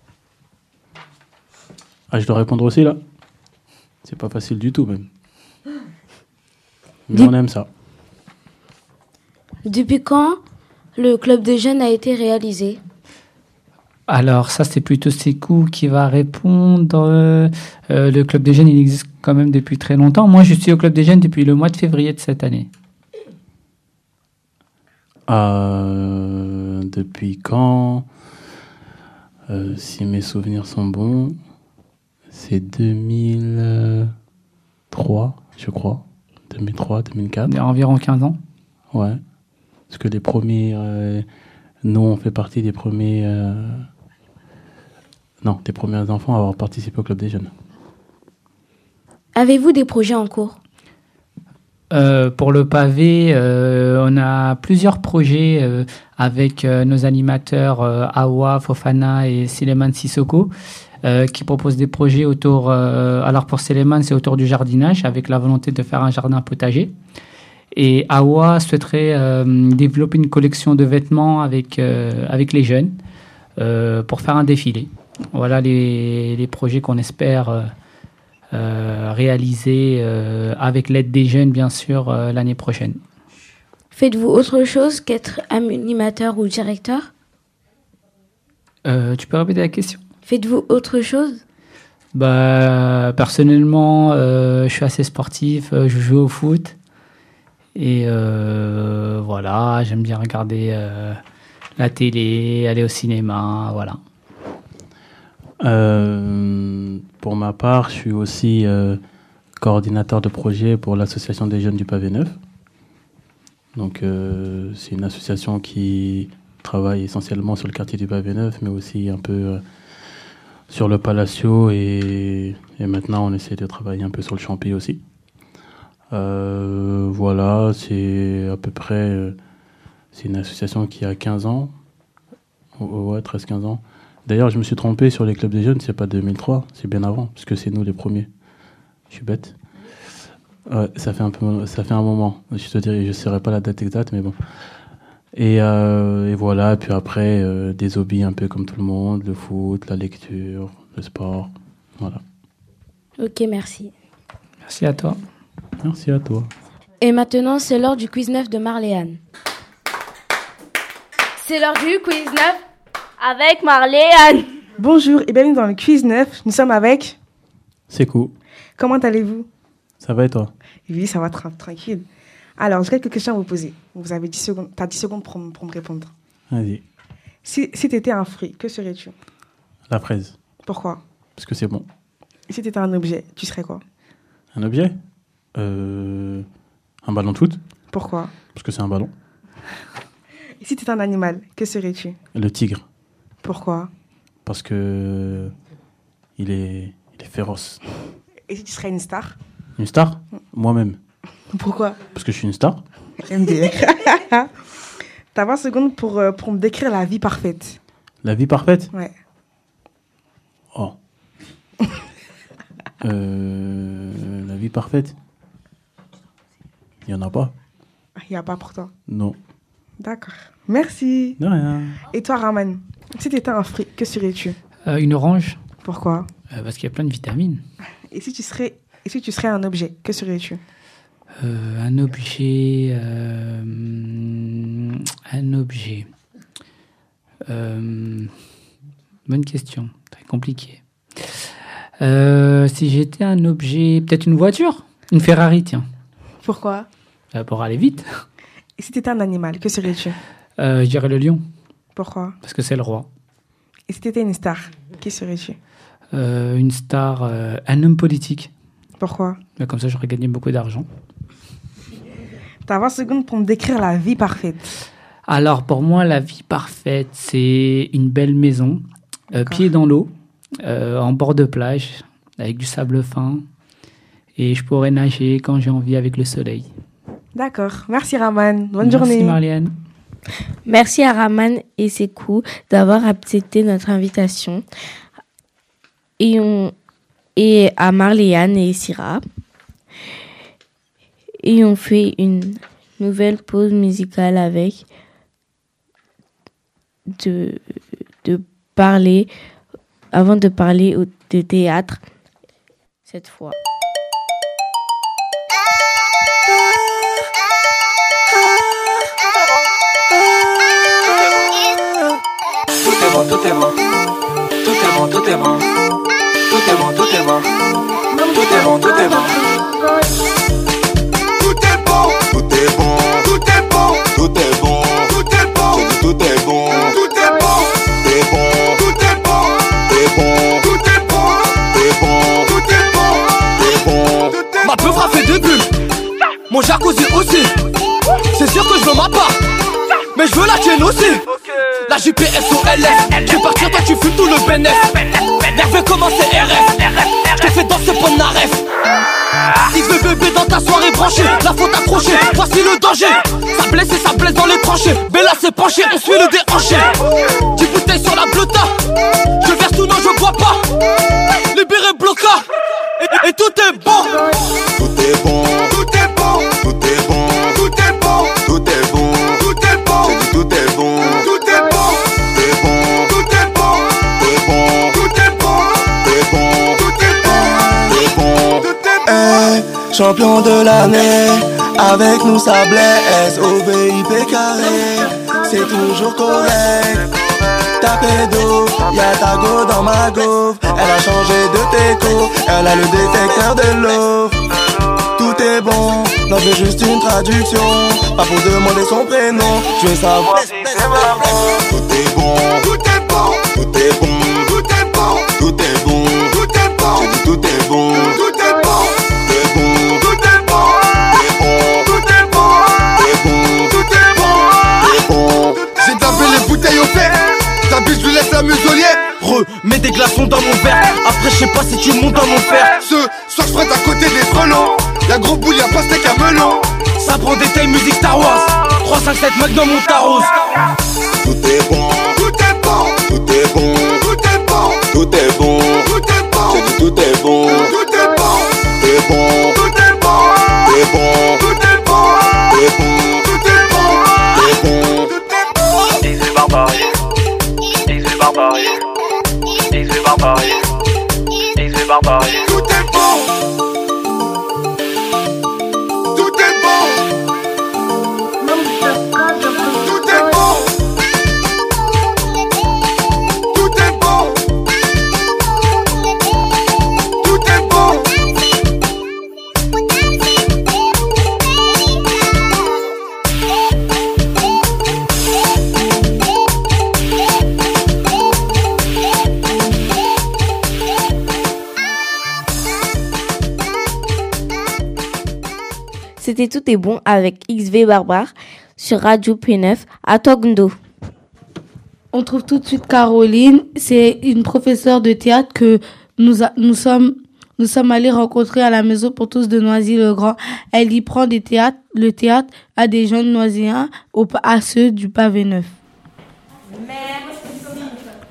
Ah, je dois répondre aussi là? C'est pas facile du tout même. Mais Dis- on aime ça. Depuis quand le club des jeunes a été réalisé? Alors ça c'est plutôt Sekou qui va répondre. Euh, euh, le club des jeunes il existe quand même depuis très longtemps. Moi je suis au club des jeunes depuis le mois de février de cette année. Euh, depuis quand? Euh, si mes souvenirs sont bons, c'est deux mille trois, je crois. deux mille trois, deux mille quatre. Il y a environ quinze ans. Ouais. Parce que les premiers... Euh, nous, on fait partie des premiers... Euh, non, des premiers enfants à avoir participé au Club des Jeunes. Avez-vous des projets en cours? Euh, pour le pavé, euh, on a plusieurs projets euh, avec euh, nos animateurs euh, Awa, Fofana et Suleiman Sissoko euh, qui proposent des projets autour... Euh, alors pour Suleiman, c'est autour du jardinage avec la volonté de faire un jardin potager. Et Awa souhaiterait euh, développer une collection de vêtements avec, euh, avec les jeunes euh, pour faire un défilé. Voilà les, les projets qu'on espère euh, euh, réaliser euh, avec l'aide des jeunes, bien sûr, euh, l'année prochaine. Faites-vous autre chose qu'être animateur ou directeur? Euh, tu peux répéter la question? Faites-vous autre chose? Bah, personnellement, euh, je suis assez sportif, euh, je joue au foot. Et euh, voilà, j'aime bien regarder euh, la télé, aller au cinéma, voilà. Euh, pour ma part, je suis aussi euh, coordinateur de projet pour l'association des jeunes du Pavé Neuf. Donc, euh, c'est une association qui travaille essentiellement sur le quartier du Pavé Neuf, mais aussi un peu euh, sur le Palacio et, et maintenant on essaie de travailler un peu sur le Champy aussi. Euh, voilà, c'est à peu près euh, c'est une association qui a quinze ans. Ouais, treize quinze ans. D'ailleurs, je me suis trompé sur les clubs des jeunes, c'est pas deux mille trois, c'est bien avant, parce que c'est nous les premiers. Je suis bête. Ouais, ça fait un peu, ça fait un moment. Je te dirais, je ne saurais pas la date exacte, mais bon. Et, euh, et voilà, puis après, euh, des hobbies un peu comme tout le monde, le foot, la lecture, le sport, voilà. Ok, merci. Merci à toi. Merci à toi. Et maintenant, c'est l'heure du quiz neuf de Marléane. C'est l'heure du quiz neuf avec Marléane. Bonjour et bienvenue dans le quiz neuf. Nous sommes avec... C'est cool. Comment allez-vous? Ça va et toi? Oui, ça va tra- tranquille. Alors, j'ai quelques questions à vous poser. Vous avez dix secondes. Tu as dix secondes pour, m- pour me répondre. Vas-y. Si, si tu étais un fruit, que serais-tu? La fraise. Pourquoi? Parce que c'est bon. Et si tu étais un objet, tu serais quoi? Un objet euh, Un ballon de foot. Pourquoi? Parce que c'est un ballon. Et si tu étais un animal, que serais-tu? Le tigre. Pourquoi? Parce que il est, il est féroce. Et si tu serais une star? Une star? Moi-même. Pourquoi? Parce que je suis une star. M D. T'as vingt secondes pour, euh, pour me décrire la vie parfaite. La vie parfaite? Ouais. Oh. euh, la vie parfaite? Il n'y en a pas. Il n'y a pas pour toi. Non. D'accord. Merci. De rien. Et toi, Raman, si tu étais un fruit, que serais-tu? Euh, une orange. Pourquoi? Euh, Parce qu'il y a plein de vitamines. Et si tu serais, et si tu serais un objet, que serais-tu? Euh, un objet... euh, un objet... Euh, bonne question. Très compliqué. Euh, si j'étais un objet... Peut-être une voiture? Une Ferrari, tiens. Pourquoi? Euh, pour aller vite. Et si tu étais un animal, que serais-tu? Euh, je dirais le lion. Pourquoi? Parce que c'est le roi. Et si tu étais une star, qui serais-tu? Euh, une star, euh, un homme politique. Pourquoi? Mais comme ça, j'aurais gagné beaucoup d'argent. T'as vingt secondes pour me décrire la vie parfaite. Alors, pour moi, la vie parfaite, c'est une belle maison, euh, pied dans l'eau, euh, en bord de plage, avec du sable fin. Et je pourrais nager quand j'ai envie avec le soleil. D'accord. Merci, Raman. Bonne Merci, journée. Merci, Marliane. Merci à Raman et Sekou d'avoir accepté notre invitation. Et, on, et à Marléane et Syrah. Et on fait une nouvelle pause musicale avec de, de parler, avant de parler au, de théâtre, cette fois. Tout est bon, tout est bon, tout est bon, tout est bon, tout est bon, tout est bon, tout est bon, tout est bon. Tout est bon, tout est bon, tout est bon, tout est bon, tout est bon, tout est bon, tout est bon, t'es bon, tout est bon, t'es bon, tout est bon, t'es bon, tout est bon, t'es bon. Ma peuf a fait deux bulles, mon jacuzzi aussi. C'est sûr que je veux ma part, mais je veux la tienne aussi. La J P S O L S, je vais partir, toi tu fumes tout le bénéf. Nerveux comment c'est R F, je te fais danser pour Naref. Il veut bébé dans ta soirée branchée, la faute accrochée, voici le danger. Ça blesse et ça blesse dans les tranchées. Bella s'est penchée, on suit le déhanché. dix bouteilles sur la bleuta, je verse tout, non je bois pas. Libéré bloca, et, et tout est bon. Tout est bon, tout est bon, tout est bon, tout est bon, tout est bon, tout est bon, j'ai dit tout est bon, tout est bon, t'es bon, tout est bon, t'es bon, tout est bon, t'es bon, tout est bon, t'es bon, tout est bon. Hey, champion de l'année, avec nous ça blesse, au B I P carré, c'est toujours correct. Ta pédo, y'a ta go dans ma gaufre. Elle a changé de déco, elle a le détecteur de l'eau. Tout est bon. Non, je veux juste une traduction, pas pour demander son prénom. Je veux savoir si c'est maman. Tout est bon, tout est bon, tout est bon, tout est bon, tout est bon, tout est bon. Je dis tout est bon, tout est bon, tout est bon, tout est bon, tout est bon, tout est bon, tout est bon, tout est bon. J'ai tapé les bouteilles au fer. Ta biche, je lui laisse la muselière. Remets des glaçons dans mon verre. Après, je sais pas si tu montes dans mon fer. Ce soir, je prête à côté des frelons. Y'a gros boule, y'a pas steak à melon. Ça prend des tailles musique Star Wars. trois, cinq, sept mecs dans mon tarot. Tout est bon, tout est bon, tout est bon, tout est bon, tout est bon, tout est bon. J'ai dit tout est bon, tout est bon, tout est bon, tout est bon, tout est bon, tout est bon, tout est bon, tout est bon, tout est bon, tout est bon. Easy Barbary, Easy Barbary, Easy Barbary, Easy Barbary. Tout est bon, tout est bon, tout est bon, tout est bon, tout est bon. C'était Tout est bon avec X V Barbare sur Radio P neuf à Togndo. On trouve tout de suite Caroline. C'est une professeure de théâtre que nous, a, nous, sommes, nous sommes allés rencontrer à la maison pour tous de Noisy-le-Grand. Elle y prend des théâtres, le théâtre à des jeunes noiséens, au, à ceux du pavé neuf. Merci.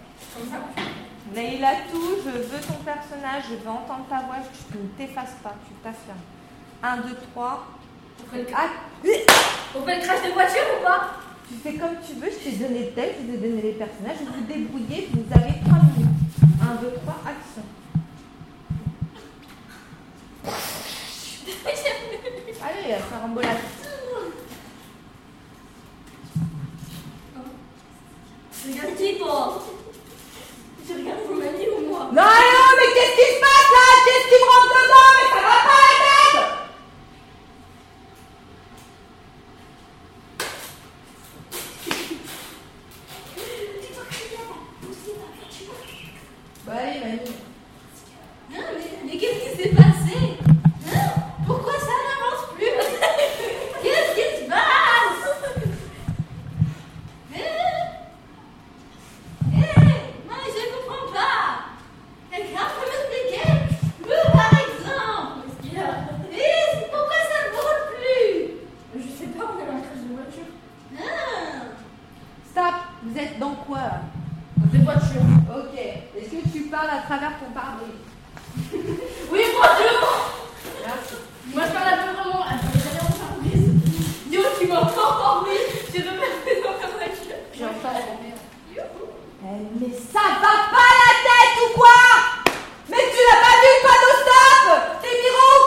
Leïla Tou, je veux ton personnage, je veux entendre ta voix, tu ne t'effaces pas, tu t'affirmes. un, deux, trois. On fait le crash, on fait le crash de voiture ou pas? Tu fais comme tu veux, je t'ai donné le texte, je t'ai donné les personnages, vous vous débrouillez, vous avez trois minutes. un, deux, trois, action. Allez, faire un bolade. Tu regardes qui, toi? Tu regardes Roumanie ou moi? Non, non, mais qu'est-ce qui se passe là? Qu'est-ce qui me rentre dedans? Mais ça va pas la tête! Bah allez, Manu. Hein, mais, mais qu'est-ce qui s'est passé? Hein? Pourquoi ça n'avance plus? Qu'est-ce qui se passe? Hein? Hein? Non, mais je comprends pas. Quelqu'un peut m'expliquer? Vous, par exemple. Qu'est-ce qu'il y a? Et pourquoi ça ne roule plus? Je sais pas, on est dans le crash de voiture. Ah. Stop, vous êtes dans quoi là? Des voitures. Ok. Est-ce que tu parles à travers ton pare-brise? Oui, bonjour. Merci. Moi, je parle un peu vraiment. Attends, j'allais en pare-brise. Yo, tu m'entends? Oui, je veux passer dans ta voiture. J'entends. Mais ça va pas la tête ou quoi? Mais tu l'as pas vu le panneau stop? T'es miro ou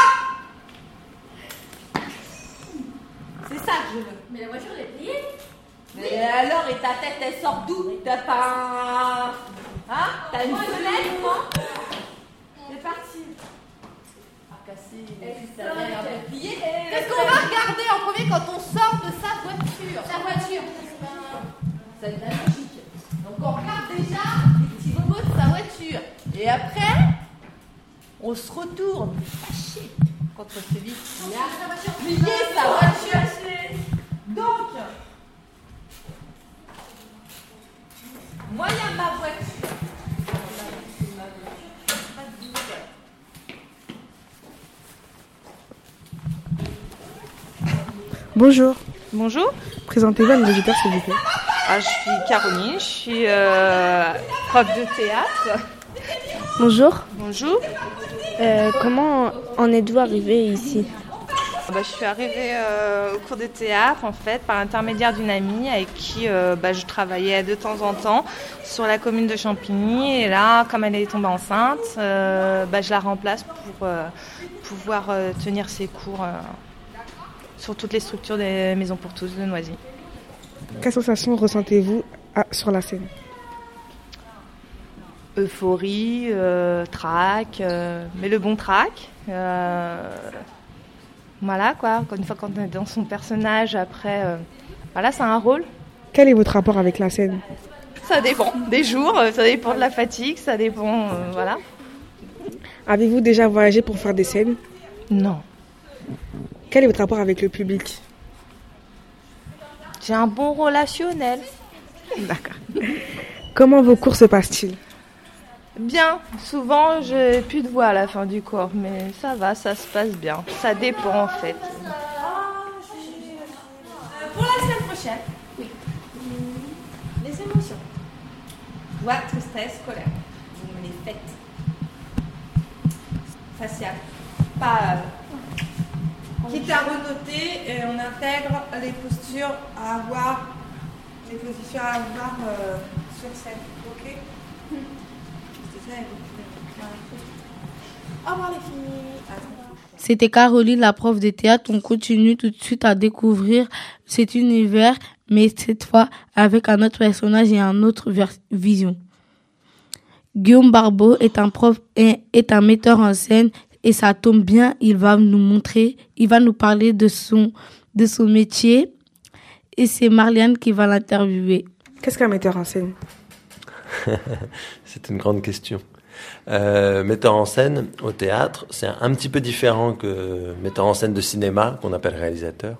quoi? C'est ça que je veux. Mais la voiture, elle est pliée. Mais alors, et ta tête, elle sort d'où? T'as pas un... Hein? T'as une fenêtre, moi? C'est parti. Ah, cassé. Ça a l'air un peu plié. Qu'est-ce qu'on va regarder en premier quand on sort de sa voiture? Sa voiture. C'est de la logique. Donc on regarde déjà les petits bobos de sa voiture. Et après, on se retourne. Fâché contre celui qui a plié sa voiture. Donc... Moi, il y a ma voiture. Bonjour. Bonjour. Présentez-vous à nos auditeurs, s'il vous plaît. Ah, je suis Caroline, je suis euh, prof de théâtre. Bonjour. Bonjour. Euh, comment en êtes-vous arrivé ici? Bah, je suis arrivée euh, au cours de théâtre en fait par l'intermédiaire d'une amie avec qui euh, bah, je travaillais de temps en temps sur la commune de Champigny, et là comme elle est tombée enceinte, euh, bah, je la remplace pour euh, pouvoir euh, tenir ses cours euh, sur toutes les structures des maisons pour tous de Noisy. Quelle sensation ressentez-vous à- sur la scène? Euphorie, euh, trac, euh, mais le bon trac. Euh, voilà quoi, une fois qu'on est dans son personnage, après, euh, voilà, c'est un rôle. Quel est votre rapport avec la scène? Ça dépend des jours, ça dépend de la fatigue, ça dépend, euh, voilà. Avez-vous déjà voyagé pour faire des scènes? Non. Quel est votre rapport avec le public? J'ai un bon relationnel. D'accord. Comment vos cours se passent-ils? Bien, souvent j'ai plus de voix à la fin du cours, mais ça va, ça se passe bien. Ça dépend en fait. Pour la semaine prochaine, oui. Les émotions. Joie, tristesse, colère. Vous me les faites. Facial. Pas. Euh, quitte à renoter, et on intègre les postures à avoir, les positions à avoir euh, sur scène. Ok? C'est ça, au revoir les filles. C'était Caroline, la prof de théâtre. On continue tout de suite à découvrir cet univers, mais cette fois avec un autre personnage et une autre vers- vision. Guillaume Barbeau est un prof, est, est un metteur en scène et ça tombe bien, il va nous montrer, il va nous parler de son, de son métier et c'est Marliane qui va l'interviewer. Qu'est-ce qu'un metteur en scène? C'est une grande question. Euh, metteur en scène au théâtre, c'est un, un petit peu différent que metteur en scène de cinéma, qu'on appelle réalisateur.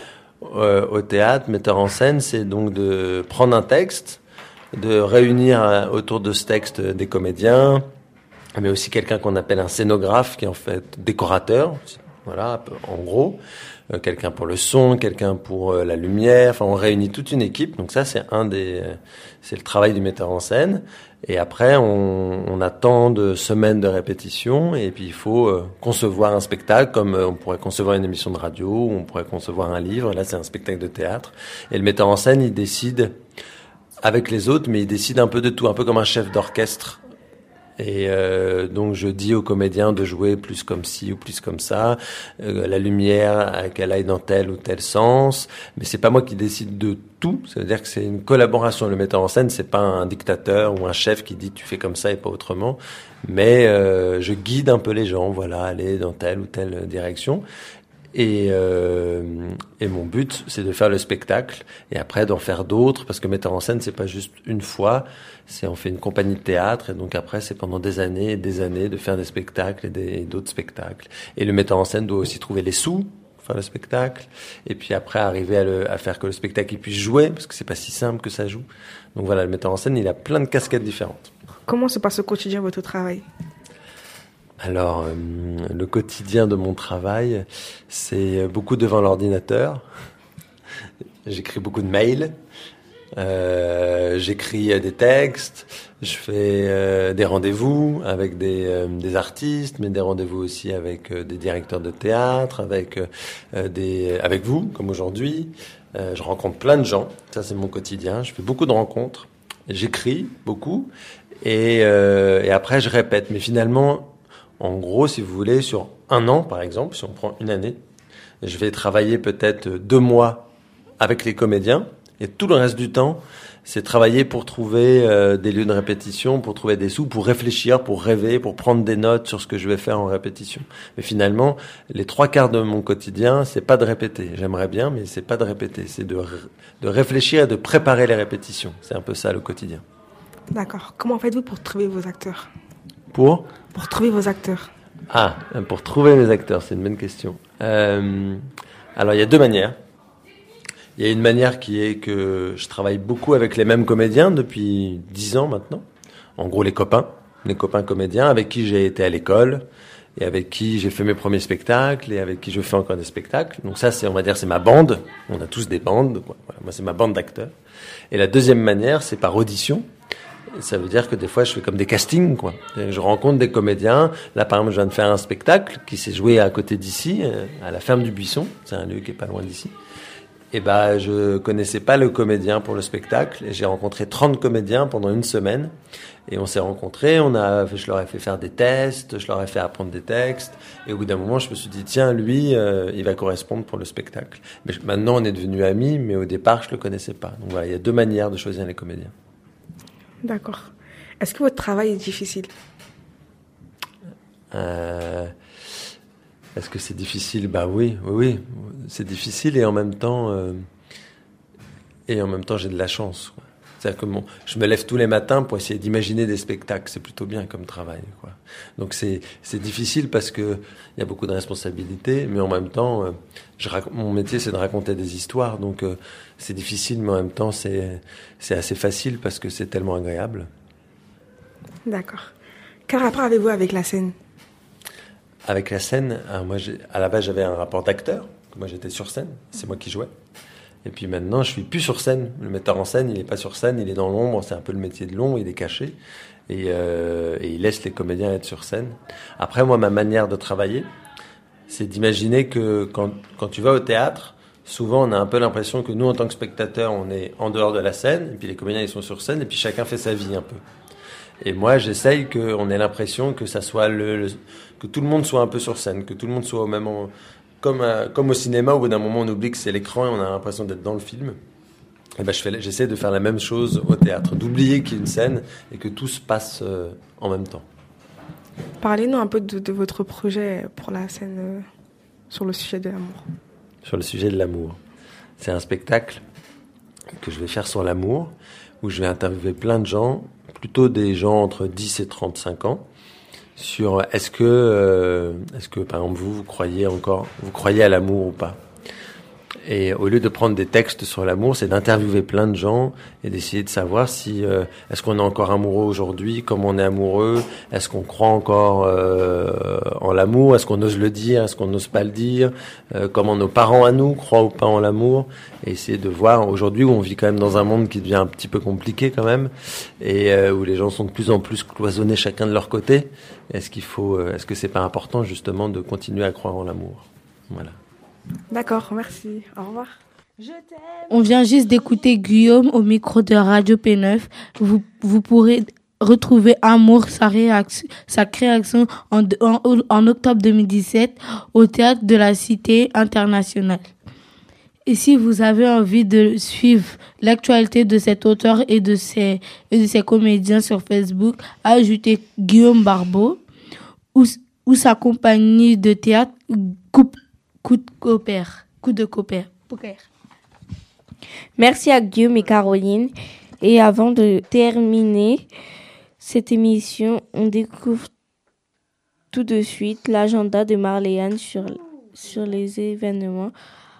Euh, au théâtre, metteur en scène, c'est donc de prendre un texte, de réunir euh, autour de ce texte des comédiens, mais aussi quelqu'un qu'on appelle un scénographe, qui est en fait décorateur, voilà, en gros. Euh, quelqu'un pour le son, quelqu'un pour euh, la lumière. Enfin, on réunit toute une équipe. Donc ça, c'est un des, euh, c'est le travail du metteur en scène. Et après, on, on a tant de semaines de répétition. Et puis, il faut euh, concevoir un spectacle, comme euh, on pourrait concevoir une émission de radio, ou on pourrait concevoir un livre. Là, c'est un spectacle de théâtre. Et le metteur en scène, il décide avec les autres, mais il décide un peu de tout, un peu comme un chef d'orchestre. Et euh, donc je dis aux comédiens de jouer plus comme ci ou plus comme ça, euh, la lumière qu'elle aille dans tel ou tel sens, mais c'est pas moi qui décide de tout. Ça veut dire que c'est une collaboration. Le metteur en scène, c'est pas un dictateur ou un chef qui dit tu fais comme ça et pas autrement, mais euh, je guide un peu les gens, voilà, aller dans telle ou telle direction. Et, euh, et mon but, c'est de faire le spectacle et après d'en faire d'autres, parce que metteur en scène, c'est pas juste une fois, c'est on fait une compagnie de théâtre et donc après c'est pendant des années et des années de faire des spectacles et, des, et d'autres spectacles. Et le metteur en scène doit aussi trouver les sous pour faire le spectacle et puis après arriver à, le, à faire que le spectacle il puisse jouer, parce que c'est pas si simple que ça joue. Donc voilà, le metteur en scène, il a plein de casquettes différentes. Comment se passe au quotidien votre travail? Alors, euh, le quotidien de mon travail, c'est beaucoup devant l'ordinateur. J'écris beaucoup de mails, euh, j'écris des textes, je fais euh, des rendez-vous avec des, euh, des artistes, mais des rendez-vous aussi avec euh, des directeurs de théâtre, avec, euh, des, avec vous, comme aujourd'hui. Euh, je rencontre plein de gens, ça c'est mon quotidien. Je fais beaucoup de rencontres, j'écris beaucoup, et, euh, et après je répète. Mais finalement, en gros, si vous voulez, sur un an, par exemple, si on prend une année, je vais travailler peut-être deux mois avec les comédiens. Et tout le reste du temps, c'est travailler pour trouver euh, des lieux de répétition, pour trouver des sous, pour réfléchir, pour rêver, pour prendre des notes sur ce que je vais faire en répétition. Mais finalement, les trois quarts de mon quotidien, c'est pas de répéter. J'aimerais bien, mais c'est pas de répéter. C'est de, de réfléchir et de préparer les répétitions. C'est un peu ça, le quotidien. D'accord. Comment faites-vous pour trouver vos acteurs? Pour Pour trouver vos acteurs. Ah, pour trouver mes acteurs, c'est une bonne question. Euh, alors, il y a deux manières. Il y a une manière qui est que je travaille beaucoup avec les mêmes comédiens depuis dix ans maintenant. En gros, les copains, les copains comédiens avec qui j'ai été à l'école et avec qui j'ai fait mes premiers spectacles et avec qui je fais encore des spectacles. Donc ça, c'est, on va dire, c'est ma bande. On a tous des bandes. Voilà, moi, c'est ma bande d'acteurs. Et la deuxième manière, c'est par audition. Ça veut dire que des fois, je fais comme des castings, quoi. Je rencontre des comédiens. Là, par exemple, je viens de faire un spectacle qui s'est joué à côté d'ici, à la Ferme du Buisson. C'est un lieu qui est pas loin d'ici. Et ben, je connaissais pas le comédien pour le spectacle. Et j'ai rencontré trente comédiens pendant une semaine. Et on s'est rencontrés. On a, je leur ai fait faire des tests. Je leur ai fait apprendre des textes. Et au bout d'un moment, je me suis dit, tiens, lui, euh, il va correspondre pour le spectacle. Mais je, maintenant, on est devenus amis. Mais au départ, je le connaissais pas. Donc voilà, il y a deux manières de choisir les comédiens. D'accord. Est-ce que votre travail est difficile? euh, Est-ce que c'est difficile? Bah oui, oui, oui. C'est difficile et en même temps, euh, et en même temps, j'ai de la chance, quoi. C'est-à-dire que mon, je me lève tous les matins pour essayer d'imaginer des spectacles. C'est plutôt bien comme travail, quoi. Donc c'est, c'est difficile parce que il y a beaucoup de responsabilités, mais en même temps, euh, je rac- mon métier c'est de raconter des histoires. Donc euh, c'est difficile, mais en même temps c'est, c'est assez facile parce que c'est tellement agréable. D'accord. Quel rapport avez-vous avec la scène? Avec la scène, alors moi, j'ai, à la base, j'avais un rapport d'acteur. Moi, j'étais sur scène. C'est moi qui jouais. Et puis maintenant, je suis plus sur scène. Le metteur en scène, il est pas sur scène, il est dans l'ombre. C'est un peu le métier de l'ombre, il est caché. Et, euh, et il laisse les comédiens être sur scène. Après, moi, ma manière de travailler, c'est d'imaginer que quand, quand tu vas au théâtre, souvent, on a un peu l'impression que nous, en tant que spectateurs, on est en dehors de la scène. Et puis les comédiens, ils sont sur scène. Et puis chacun fait sa vie un peu. Et moi, j'essaye qu'on ait l'impression que ça soit le, le, que tout le monde soit un peu sur scène, que tout le monde soit au même, comme, à, comme au cinéma, au bout d'un moment, on oublie que c'est l'écran et on a l'impression d'être dans le film. Et ben, je fais, j'essaie de faire la même chose au théâtre, d'oublier qu'il y a une scène et que tout se passe euh, en même temps. Parlez-nous un peu de, de votre projet pour la scène euh, sur le sujet de l'amour. Sur le sujet de l'amour. C'est un spectacle que je vais faire sur l'amour, où je vais interviewer plein de gens, plutôt des gens entre dix et trente-cinq ans, sur est-ce que, euh, est-ce que par exemple vous, vous croyez encore, vous croyez à l'amour ou pas. Et au lieu de prendre des textes sur l'amour, c'est d'interviewer plein de gens et d'essayer de savoir si euh, est-ce qu'on est encore amoureux aujourd'hui, comment on est amoureux, est-ce qu'on croit encore euh, en l'amour, est-ce qu'on ose le dire, est-ce qu'on n'ose pas le dire, euh, comment nos parents à nous croient ou pas en l'amour, et essayer de voir aujourd'hui où on vit quand même dans un monde qui devient un petit peu compliqué quand même, et euh, où les gens sont de plus en plus cloisonnés chacun de leur côté. Est-ce qu'il faut, euh, est-ce que c'est pas important justement de continuer à croire en l'amour? Voilà. D'accord, merci. Au revoir. On vient juste d'écouter Guillaume au micro de Radio P neuf. Vous, vous pourrez retrouver Amour, sa, réaction, sa création en, en, en octobre deux mille dix-sept au Théâtre de la Cité Internationale. Et si vous avez envie de suivre l'actualité de cet auteur et de ses, et de ses comédiens sur Facebook, ajoutez Guillaume Barbeau ou, ou sa compagnie de théâtre Coupe Coup de copère. Coup de copère. Poker. Merci à Guillaume et Caroline. Et avant de terminer cette émission, on découvre tout de suite l'agenda de Marléane sur, sur les événements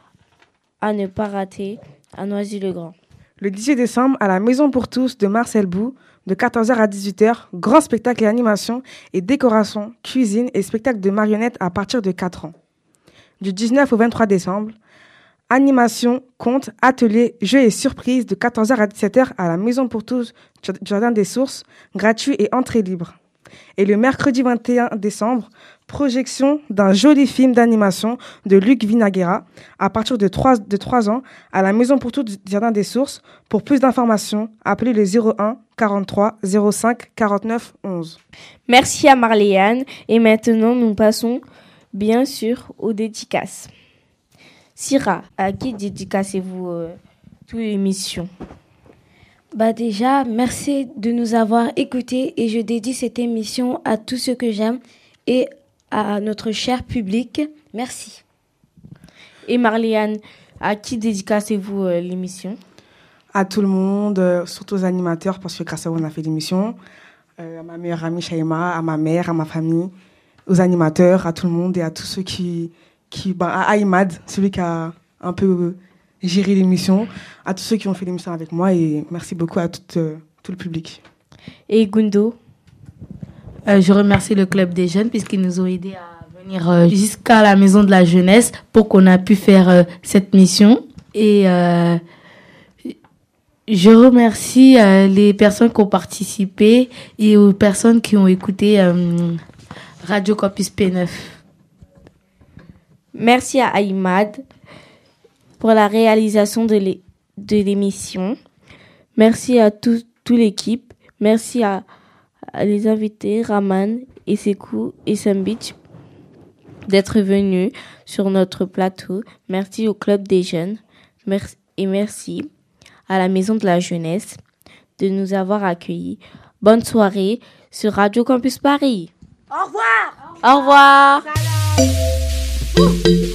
à ne pas rater à Noisy-le-Grand. Le dix-huit décembre, à la Maison pour tous de Marcel Bou, de quatorze heures à dix-huit heures, grand spectacle et animation et décoration, cuisine et spectacle de marionnettes à partir de quatre ans. Du dix-neuf au vingt-trois décembre, animation, contes, ateliers, jeux et surprises de quatorze heures à dix-sept heures à la Maison pour tous du Jardin des Sources, gratuit et entrée libre. Et le mercredi vingt et un décembre, projection d'un joli film d'animation de Luc Vinaguera à partir de trois, de trois ans à la Maison pour tous du Jardin des Sources. Pour plus d'informations, appelez le zéro un quarante-trois zéro cinq quarante-neuf onze. Merci à Marléane et maintenant nous passons bien sûr aux dédicaces. Syrah, à qui dédicacez-vous euh, toute l'émission? Bah déjà, merci de nous avoir écoutés et je dédie cette émission à tous ceux que j'aime et à notre cher public. Merci. Et Marléane, à qui dédicacez-vous euh, l'émission? À tout le monde, euh, surtout aux animateurs, parce que grâce à eux, on a fait l'émission. Euh, à ma meilleure amie Shaima, à ma mère, à ma famille, aux animateurs, à tout le monde et à tous ceux qui... qui bah, à Aïmad, celui qui a un peu euh, géré l'émission, à tous ceux qui ont fait l'émission avec moi et merci beaucoup à tout, euh, tout le public. Et Gundo? euh, Je remercie le Club des Jeunes puisqu'ils nous ont aidés à venir euh, jusqu'à la Maison de la Jeunesse pour qu'on a pu faire euh, cette mission. Et euh, je remercie euh, les personnes qui ont participé et aux personnes qui ont écouté euh, Radio Campus P neuf. Merci à Aïmad pour la réalisation de, l'é- de l'émission. Merci à toute l'équipe. Merci à, à les invités, Raman, et Sekou et Sambich, d'être venus sur notre plateau. Merci au Club des Jeunes. Merci, et merci à la Maison de la Jeunesse de nous avoir accueillis. Bonne soirée sur Radio Campus Paris. Au revoir. Au revoir. Salam. Ouh.